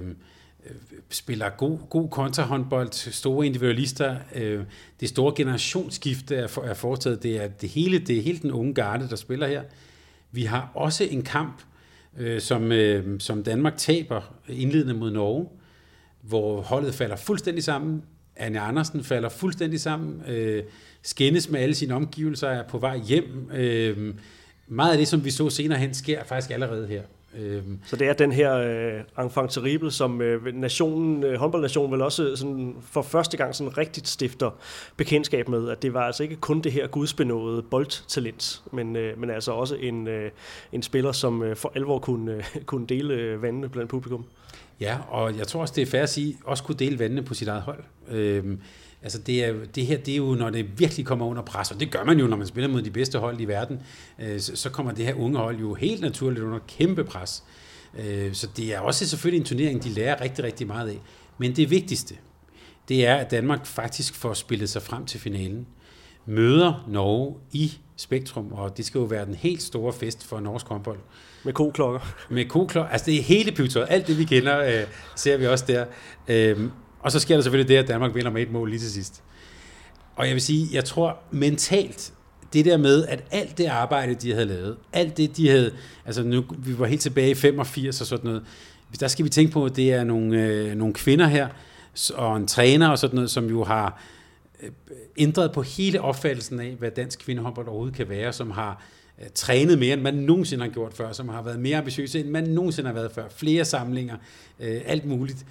spiller god, god kontrahåndbold, store individualister. Øh, det store generationsskifte er, for, er foretaget. Det er det hele, det er hele den unge garde, der spiller her. Vi har også en kamp, øh, som, øh, som Danmark taber indledende mod Norge, hvor holdet falder fuldstændig sammen. Anja Andersen falder fuldstændig sammen. Øh, skændes med alle sine omgivelser, er på vej hjem. Øh, meget af det, som vi så senere hen, sker faktisk allerede her. Så det er den her øh, enfant terrible, som øh, nationen, øh, håndboldnationen vel også sådan, for første gang sådan rigtigt stifter bekendtskab med, at det var altså ikke kun det her gudsbenåede boldtalent, men, øh, men altså også en, øh, en spiller, som øh, for alvor kunne, øh, kunne dele øh, vandene blandt publikum. Ja, og jeg tror også, det er fair at sige, også kunne dele vandene på sit eget hold. Øhm, altså det, er, det her, det er jo, når det virkelig kommer under pres, og det gør man jo, når man spiller mod de bedste hold i verden, øh, så, så kommer det her unge hold jo helt naturligt under kæmpe pres. Øh, så det er også selvfølgelig en turnering, de lærer rigtig, rigtig meget af. Men det vigtigste, det er, at Danmark faktisk får spillet sig frem til finalen. møder Norge i Spektrum, og det skal jo være den helt store fest for norsk håndbold. Med koklokker. Med koklokker. Altså det er hele bygtøjet. Alt det, vi kender, øh, ser vi også der. Øhm, og så sker der selvfølgelig det, at Danmark vinder med et mål lige til sidst. Og jeg vil sige, jeg tror mentalt, det der med, at alt det arbejde, de havde lavet, alt det, de havde, altså nu, vi var helt tilbage i femogfirs og sådan noget, der skal vi tænke på, at det er nogle, øh, nogle kvinder her, og en træner og sådan noget, som jo har øh, ændret på hele opfattelsen af, hvad dansk kvindehåndbold overhovedet kan være, som har øh, trænet mere, end man nogensinde har gjort før, som har været mere ambitiøse, end man nogensinde har været før, flere samlinger, øh, alt muligt.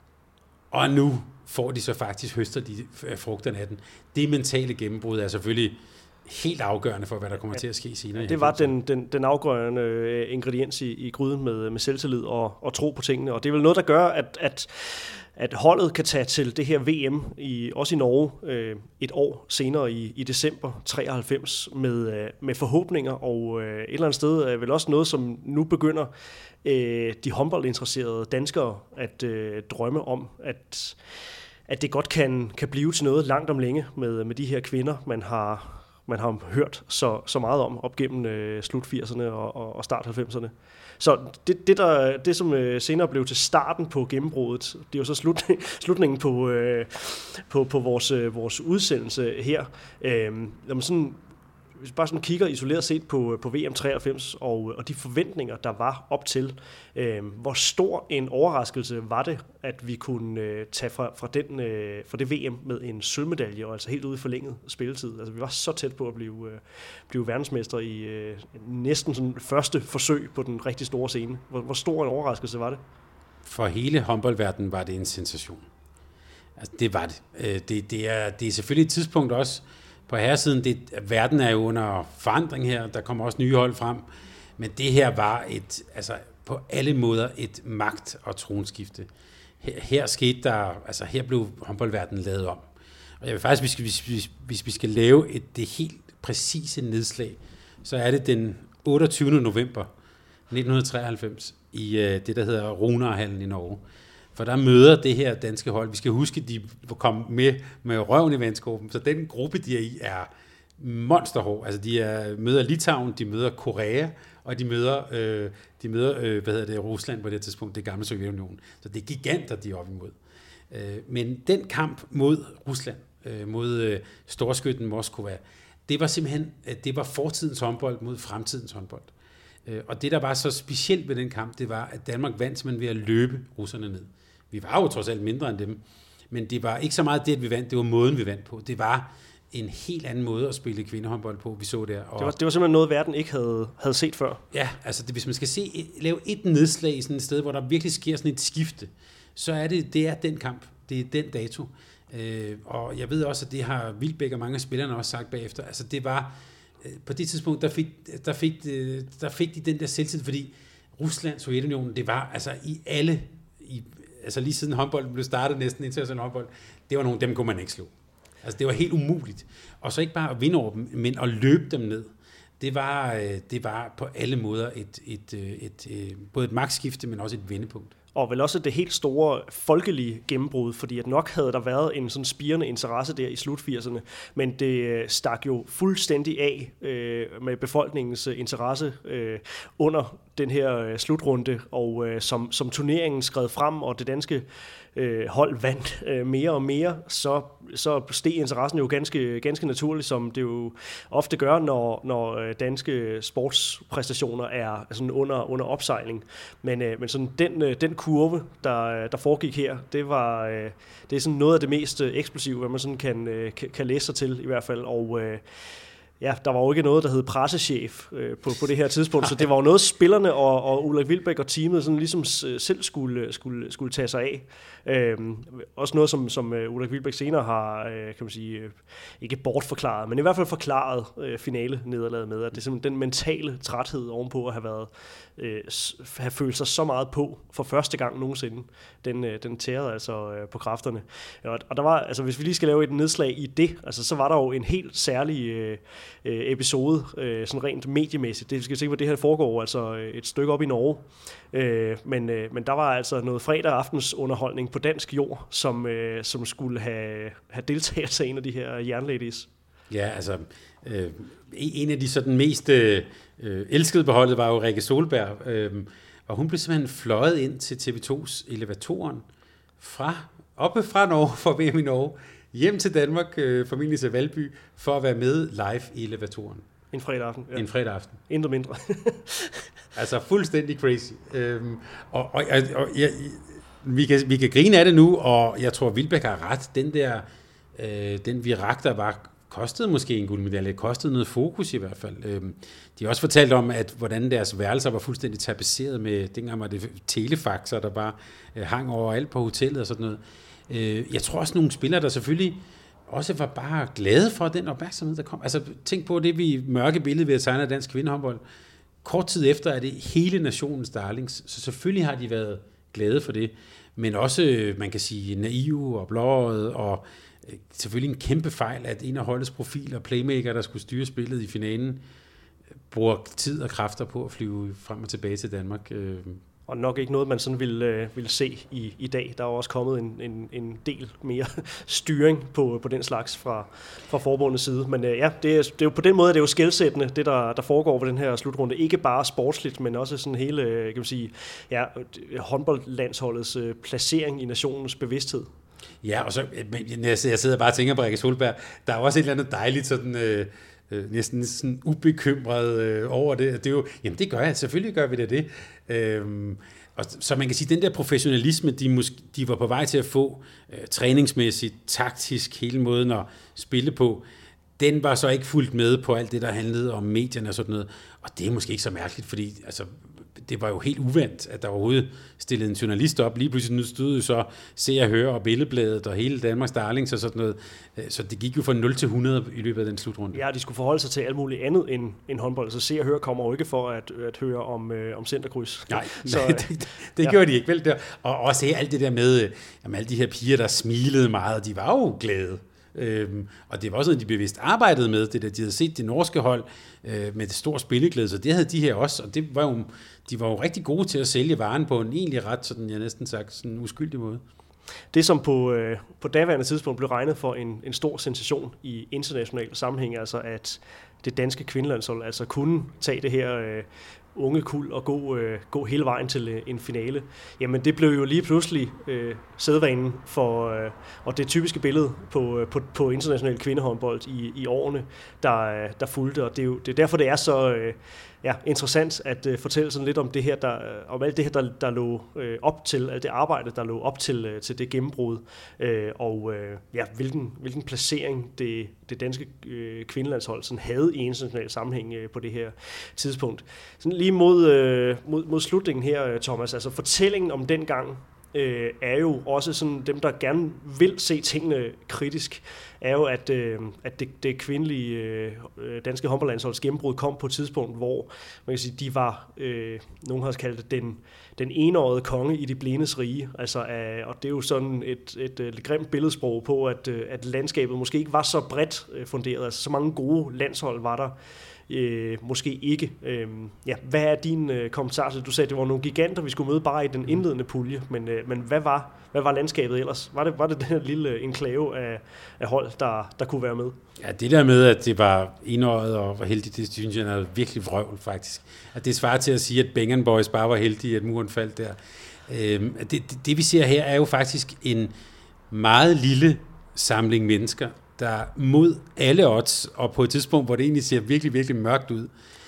Og nu får de så faktisk høster de frugterne af den. Det mentale gennembrud er selvfølgelig helt afgørende for, hvad der kommer ja, til at ske senere. Det var den, den, den afgørende ingrediens i, i gryden med, med selvtillid og, og tro på tingene. Og det er vel noget, der gør, at, at, at holdet kan tage til det her V M, i, også i Norge, øh, et år senere i, i december treoghalvfems, med, øh, med forhåbninger. Og øh, et eller andet sted er vel også noget, som nu begynder øh, de håndboldinteresserede danskere at øh, drømme om, at, at det godt kan, kan blive til noget langt om længe med, med de her kvinder, man har... man har hørt så, så meget om op gennem øh, slut firserne og, og, og start halvfemserne. Så det, det, der, det, som øh, senere blev til starten på gennembruddet, det er jo så slut, slutningen på, øh, på, på vores, øh, vores udsendelse her. Øh, når man sådan, hvis man bare sådan kigger isoleret set på, på V M treoghalvfems og, og de forventninger, der var op til, øh, hvor stor en overraskelse var det, at vi kunne øh, tage fra, fra, den, øh, fra det V M med en sølvmedalje, og altså helt ude i forlænget spilletid. Altså vi var så tæt på at blive, øh, blive verdensmestre i øh, næsten sådan første forsøg på den rigtig store scene. Hvor, hvor stor en overraskelse var det? For hele håndboldverdenen var det en sensation. Altså det var det. Det, det, er, det er selvfølgelig et tidspunkt også, på herresiden, det, verden er jo under forandring her, der kommer også nye hold frem, men det her var et, altså på alle måder et magt- og tronskifte. Her, her skete der, altså her blev håndboldverdenen lavet om. Og jeg vil faktisk, hvis, hvis, hvis vi skal lave et, det helt præcise nedslag, så er det den otteogtyvende november nitten treoghalvfems i uh, det, der hedder Runarhallen i Norge. For der møder det her danske hold. Vi skal huske, at de kom med med røven i vandskorben, så den gruppe, de er i, er monsterhård. Altså, de er, møder Litauen, de møder Korea, og de møder, øh, de møder øh, hvad hedder det, Rusland på det tidspunkt, det gamle Sovjetunionen. Så det er giganter, de er op imod. Øh, men den kamp mod Rusland, øh, mod øh, storskytten Moskva, det var simpelthen, det var fortidens håndbold mod fremtidens håndbold. Øh, og det, der var så specielt ved den kamp, det var, at Danmark vandt simpelthen ved at løbe russerne ned. Vi var jo trods alt mindre end dem, men det var ikke så meget det, at vi vandt, det var måden, vi vandt på. Det var en helt anden måde at spille kvindehåndbold på, vi så der. Og det, var, det var simpelthen noget, verden ikke havde, havde set før. Ja, altså det, hvis man skal se, lave et nedslag i sådan et sted, hvor der virkelig sker sådan et skifte, så er det, det er den kamp, det er den dato. Øh, og jeg ved også, at det har Wilbæk og mange af spillerne også sagt bagefter. Altså det var, øh, på det tidspunkt, der fik, der, fik, øh, der fik de den der selvtid, fordi Rusland, Sovjetunionen, det var altså i alle, i, altså lige siden håndbolden blev startet, næsten international håndbold, det var nogle, dem kunne man ikke slå. Altså det var helt umuligt. Og så ikke bare at vinde over dem, men at løbe dem ned. Det var, det var på alle måder et, et, et, et, både et magtskifte, men også et vendepunkt. Og vel også det helt store folkelige gennembrud, fordi at nok havde der været en sådan spirende interesse der i slut firserne, men det stak jo fuldstændig af øh, med befolkningens interesse øh, under den her øh, slutrunde, og øh, som, som turneringen skred frem, og det danske øh, hold vandt øh, mere og mere, så, så steg interessen jo ganske, ganske naturligt, som det jo ofte gør, når, når danske sportspræstationer er sådan under, under opsejling. Men, øh, men sådan den, øh, den kurve, der, der foregik her, det var øh, det er sådan noget af det mest eksplosive, hvad man sådan kan, øh, kan, kan læse sig til i hvert fald, og øh, ja, der var jo ikke noget, der hed pressechef øh, på, på det her tidspunkt, så det var jo noget, spillerne og, og Ulrik Wilbæk og teamet sådan ligesom selv skulle, skulle, skulle tage sig af. Øhm, også noget, som, som Ulrik Wilbæk senere har, øh, kan man sige, øh, ikke bortforklaret, men i hvert fald forklaret øh, finale-nederlaget med, at det er simpelthen den mentale træthed ovenpå at have været, øh, have følt sig så meget på for første gang nogensinde. Den, øh, den tærede altså øh, på kræfterne. Og, og der var, altså hvis vi lige skal lave et nedslag i det, altså så var der jo en helt særlig øh, episode, øh, sådan rent mediemæssigt. Det skal se, hvor det her foregår, altså et stykke op i Norge. Øh, men, øh, men der var altså noget fredag aftens underholdning på dansk jord, som, øh, som skulle have, have deltagelse af en af de her jernladies. Ja, altså øh, en af de sådan mest øh, elskede på holdet var jo Rikke Solberg, øh, og hun blev simpelthen fløjet ind til T V to's Elevatoren fra, oppe fra Norge, for V M i Norge, hjem til Danmark, øh, formentlig til Valby, for at være med live i Elevatoren. En fredag aften. Ja. En fredag aften. Intet mindre. Altså fuldstændig crazy. Øhm, og og, og, og ja, vi, kan, vi kan grine af det nu, og jeg tror, Wilbæk har ret. Den der, øh, den virak, der var, kostede måske en guldmedalje, kostede noget fokus i hvert fald. Øhm, de har også fortalt om, at hvordan deres værelser var fuldstændig tapetseret med, dengang var det telefaxer, der bare øh, hang overalt på hotellet og sådan noget. Øh, jeg tror også, nogle spillere, der selvfølgelig også var bare glade for den opmærksomhed, der kom. Altså tænk på det, vi mørke billede ved at tegne af dansk kvindehåndbold. Kort tid efter er det hele nationens darlings, så selvfølgelig har de været glade for det, men også, man kan sige, naive og blåøjet, og selvfølgelig en kæmpe fejl, at en af holdets profiler, playmaker, der skulle styre spillet i finalen, bruger tid og kræfter på at flyve frem og tilbage til Danmark. Og nok ikke noget, man sådan vil, øh, vil se i, i dag. Der er også kommet en, en, en del mere styring på, på den slags fra, fra forbundets side. Men øh, ja, det er, det er jo på den måde, det er jo skelsættende, det der, der foregår på den her slutrunde. Ikke bare sportsligt, men også sådan hele, kan man sige, ja, håndboldlandsholdets øh, placering i nationens bevidsthed. Ja, og så, jeg sidder bare og tænker på Rikke Solberg, der er også et eller andet dejligt sådan... Øh næsten sådan ubekymret øh, over det. Det er jo, jamen det gør jeg, selvfølgelig gør vi det det. Øhm, og så man kan sige, den der professionalisme, de, måske, de var på vej til at få øh, træningsmæssigt, taktisk, hele måden at spille på, den var så ikke fuldt med på alt det, der handlede om medierne og sådan noget. Og det er måske ikke så mærkeligt, fordi altså, det var jo helt uvandt, at der overhovedet stillede en journalist op. Lige pludselig nu stod jo så Se og Høre og Billedbladet og hele Danmarks Darlings og sådan noget. Så det gik jo fra nul til hundrede i løbet af den slutrunde. Ja, de skulle forholde sig til alt muligt andet end, end håndbold. Så Se og Høre kommer jo ikke for at, at høre om, øh, om centerkryds. Nej, så, nej det, det ja. gjorde de ikke vel. Der. Og også alt det der med, jamen, alle de her piger, der smilede meget, de var jo glade. Øhm, og det var også noget, de bevidst arbejdede med, det der, de havde set det norske hold øh, med det store spilleglæde, så det havde de her også, og det var jo, de var jo rigtig gode til at sælge varen på en egentlig ret, sådan jeg næsten sagt, sådan en uskyldig måde. Det, som på, øh, på daværende tidspunkt blev regnet for en, en stor sensation i international sammenhæng, altså at det danske kvindelandshold altså kunne tage det her øh, unge kuld og gå, øh, gå hele vejen til øh, en finale. Jamen det blev jo lige pludselig øh, sædvanen for, øh, og det typiske billede på, på, på international kvindehåndbold i, i årene, der, der fulgte, og det er jo det er derfor, det er så øh, ja, interessant at øh, fortælle sådan lidt om det her, der, om alt det her, der, der lå øh, op til, alt det arbejde, der lå op til, øh, til det gennembrud, øh, og øh, ja, hvilken, hvilken placering det, det danske øh, kvindelandshold sådan havde i international sammenhæng øh, på det her tidspunkt. Sådan lige mod, øh, mod, mod slutningen her, Thomas, altså fortællingen om den gang, øh, er jo også sådan, dem der gerne vil se tingene kritisk, er jo, at, øh, at det, det kvindelige øh, danske håndboldlandsholds gennembrud kom på et tidspunkt, hvor man kan sige, de var, øh, nogen har kaldt det den, den enårede konge i de blindes rige, altså, øh, og det er jo sådan et, et, et grimt billedsprog på, at, at landskabet måske ikke var så bredt funderet, altså så mange gode landshold var der, Øh, måske ikke. Øh, ja, hvad er din øh, kommentar til? Du sagde, at det var nogle giganter, vi skulle møde bare i den indledende pulje, men, øh, men hvad, var, hvad var landskabet ellers? Var det, var det den her lille enklave af, af hold, der, der kunne være med? Ja, det der med, at det var enåret og var heldigt, det synes jeg er virkelig vrøvl faktisk. At det svarer til at sige, at Bang Boys bare var heldige, at muren faldt der. Øh, det, det, det vi ser her er jo faktisk en meget lille samling mennesker, der mod alle odds, og på et tidspunkt, hvor det egentlig ser virkelig, virkelig mørkt ud,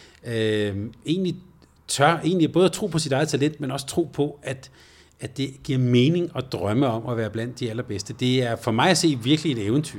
øh, egentlig tør egentlig både at tro på sit eget talent, men også tro på, at, at det giver mening at drømme om at være blandt de allerbedste. Det er for mig at se virkelig et eventyr.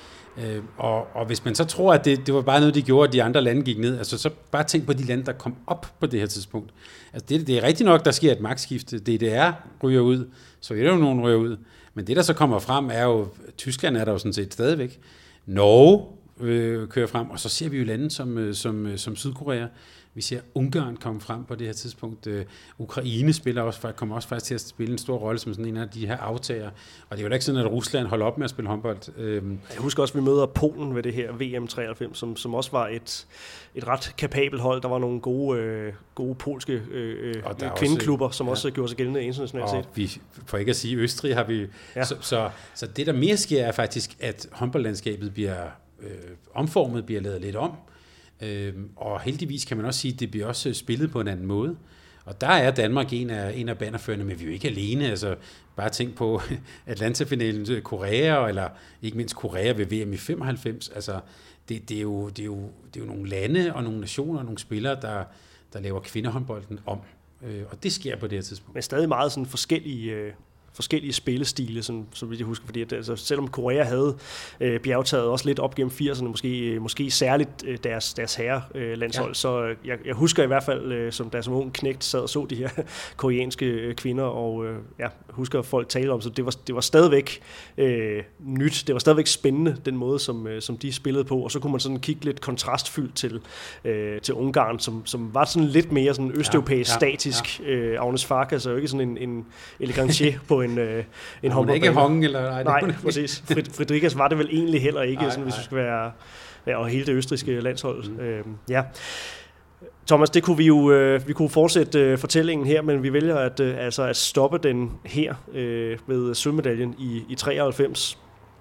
Øh, og, og hvis man så tror, at det, det var bare noget, de gjorde, at de andre lande gik ned, altså så bare tænk på de lande, der kom op på det her tidspunkt. Altså det, det er rigtigt nok, der sker et magtskifte. D D R ryger ud, Sovjetunionen ryger ud, men det, der så kommer frem, er jo, Tyskland er der jo sådan set stadigvæk, Norge øh, kører frem, og så ser vi jo lande som, som, som Sydkorea. Vi ser Ungarn komme frem på det her tidspunkt. Øh, Ukraine spiller også, kommer også faktisk til at spille en stor rolle som sådan en af de her aftager. Og det er jo da ikke sådan, at Rusland holder op med at spille håndbold. Øh, Jeg husker også, at vi møder Polen ved det her V M treoghalvfems, som, som også var et, et ret kapabelt hold. Der var nogle gode, øh, gode polske øh, kvindeklubber, også, som ja. også gjorde sig gældende internationalt set. Og vi, for ikke at sige Østrig, har vi... Ja. Så, så, så det, der mere sker, er faktisk, at håndboldlandskabet bliver øh, omformet, bliver lavet lidt om. Øh, og heldigvis kan man også sige, at det bliver også spillet på en anden måde. Og der er Danmark en af, en af bannerførende, men vi er jo ikke alene. Altså, bare tænk på Atlanta-finalen til Korea, eller ikke mindst Korea ved V M i femoghalvfems. Altså, det, det, er jo, det, er jo, det er jo nogle lande og nogle nationer og nogle spillere, der, der laver kvindehåndbolden om. Og det sker på det her tidspunkt. Men stadig meget sådan forskellige... Øh forskellige spillestile, som, som jeg husker, fordi at, altså, selvom Korea havde øh, bjergtaget også lidt op gennem firserne, måske, måske særligt øh, deres, deres herrelandshold, øh, ja. så øh, jeg, jeg husker i hvert fald, øh, som der som ung knægt sad og så de her koreanske øh, kvinder, og øh, ja, husker folk tale om, så det var, det var stadigvæk øh, nyt, det var stadigvæk spændende, den måde, som, øh, som de spillede på, og så kunne man sådan kigge lidt kontrastfyldt til, øh, til Ungarn, som, som var sådan lidt mere sådan østeuropæisk, ja, ja, statisk. Ja. Øh, Agnes Farkas er jo ikke sådan en, en elegantier på en, øh, en håndboldbane. Ikke Hong, eller? Nej, nej præcis. Friedrichs var det vel egentlig heller ikke, nej, sådan, hvis vi skal være, ja, og hele det østrigske landshold. Mm. Øh, ja. Thomas, det kunne vi jo øh, vi kunne fortsætte øh, fortællingen her, men vi vælger at, øh, altså at stoppe den her øh, med sølvmedaljen i, i treoghalvfems.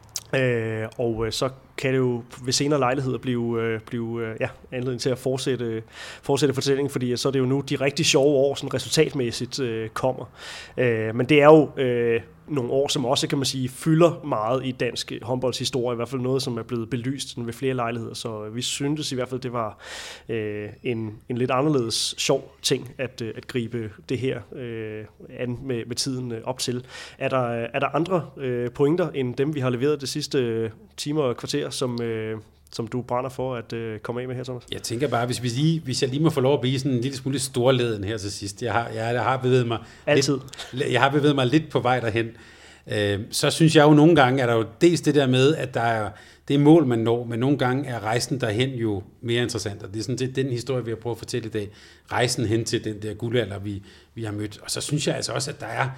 Øh, og øh, så kan det jo ved senere lejligheder blive, øh, blive øh, ja, anledning til at fortsætte, fortsætte fortællingen, fordi så er det jo nu de rigtig sjove år, sådan resultatmæssigt øh, kommer. Øh, men det er jo øh, nogle år, som også, kan man sige, fylder meget i dansk håndboldshistorie, i hvert fald noget, som er blevet belyst sådan ved flere lejligheder, så vi syntes i hvert fald, det var øh, en, en lidt anderledes sjov ting at, at gribe det her øh, an med, med tiden op til. Er der, er der andre øh, pointer end dem, vi har leveret det sidste timer og kvarter, som, øh, som du brænder for at øh, komme af med her, Thomas? Jeg tænker bare, hvis, vi lige, hvis jeg lige må få lov at blive sådan en lille smule storleden her til sidst. Jeg har, jeg, jeg har bevæget mig Altid. Lidt, jeg har bevæget mig lidt på vej derhen. Øh, så synes jeg jo nogle gange, er der jo dels det der med, at der er det er mål, man når, men nogle gange er rejsen derhen jo mere interessant. Og det er sådan det, den historie, vi har prøvet at fortælle i dag. Rejsen hen til den der guldalder, vi, vi har mødt. Og så synes jeg altså også, at der er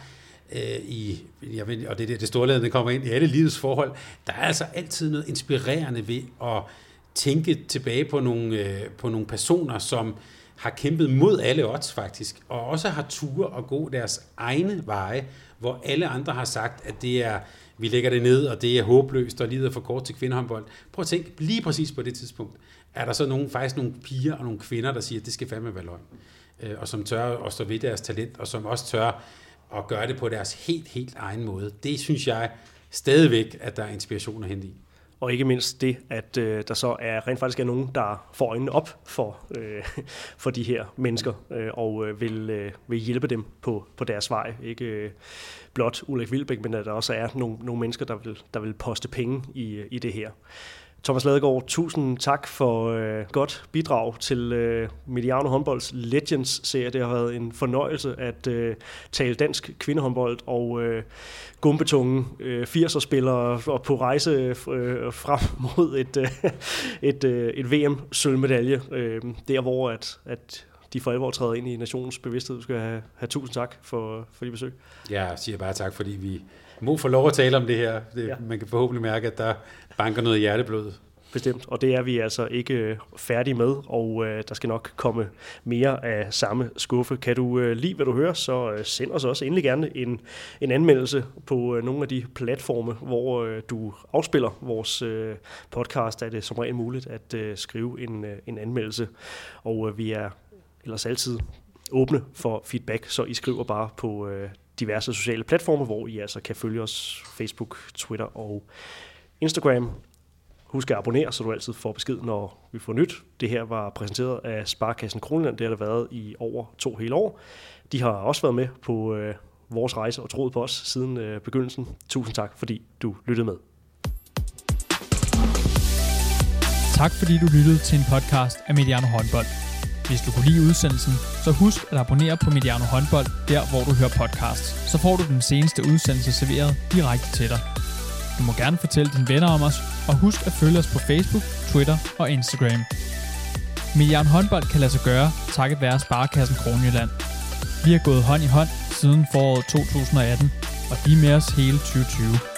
i, jeg ved, og det er det storledende, der kommer ind i alle livets forhold, der er altså altid noget inspirerende ved at tænke tilbage på nogle, på nogle personer, som har kæmpet mod alle odds faktisk, og også har ture og gå deres egne veje, hvor alle andre har sagt, at det er, vi lægger det ned, og det er håbløst, og livet er for kort til kvindehåndbold. Prøv at tænke, lige præcis på det tidspunkt, er der så nogle, faktisk nogle piger og nogle kvinder, der siger, at det skal fandme være løgn, og som tør at stå ved deres talent, og som også tør og gøre det på deres helt, helt egen måde. Det synes jeg stadigvæk, at der er inspiration at hente i. Og ikke mindst det, at øh, der så er rent faktisk er nogen, der får øjnene op for, øh, for de her mennesker, øh, og øh, vil, øh, vil hjælpe dem på, på deres vej. Ikke øh, blot Ulrik Wilbæk, men at der også er nogle, nogle mennesker, der vil, der vil poste penge i, i det her. Thomas Ladegaard, tusind tak for øh, godt bidrag til øh, Mediano Håndbolds Legends-serie. Det har været en fornøjelse at øh, tale dansk kvindehåndbold og øh, gumbetunge øh, firser-spillere og på rejse øh, frem mod et, øh, et, øh, et V M-sølvmedalje. Øh, der hvor at, at de for alvor træder ind i nationens bevidsthed. Du skal have, have tusind tak for, for de besøg. Jeg siger bare tak, fordi vi må få lov at tale om det her. Det, ja. Man kan forhåbentlig mærke, at der banker noget hjerteblod. Bestemt, og det er vi altså ikke færdige med, og øh, der skal nok komme mere af samme skuffe. Kan du øh, lide, hvad du hører, så øh, send os også endelig gerne en, en anmeldelse på øh, nogle af de platforme, hvor øh, du afspiller vores øh, podcast. Er det som regel muligt at øh, skrive en, øh, en anmeldelse, og øh, vi er ellers altid åbne for feedback, så I skriver bare på øh, diverse sociale platforme, hvor I altså kan følge os: Facebook, Twitter og Instagram. Husk at abonnere, så du altid får besked, når vi får nyt. Det her var præsenteret af Sparekassen Kronjylland. Det har der været i over to hele år. De har også været med på øh, vores rejse og troet på os siden øh, begyndelsen. Tusind tak, fordi du lyttede med. Tak fordi du lyttede til en podcast af Mediano Håndbold. Hvis du kunne lide udsendelsen, så husk at abonnere på Mediano Håndbold, der hvor du hører podcasts. Så får du den seneste udsendelse serveret direkte til dig. Du må gerne fortælle dine venner om os, og husk at følge os på Facebook, Twitter og Instagram. Mediano Håndbold kan lade sig gøre, takket være Sparekassen Kronjylland. Vi har gået hånd i hånd siden foråret to tusind og atten, og de er med os hele tyve tyve.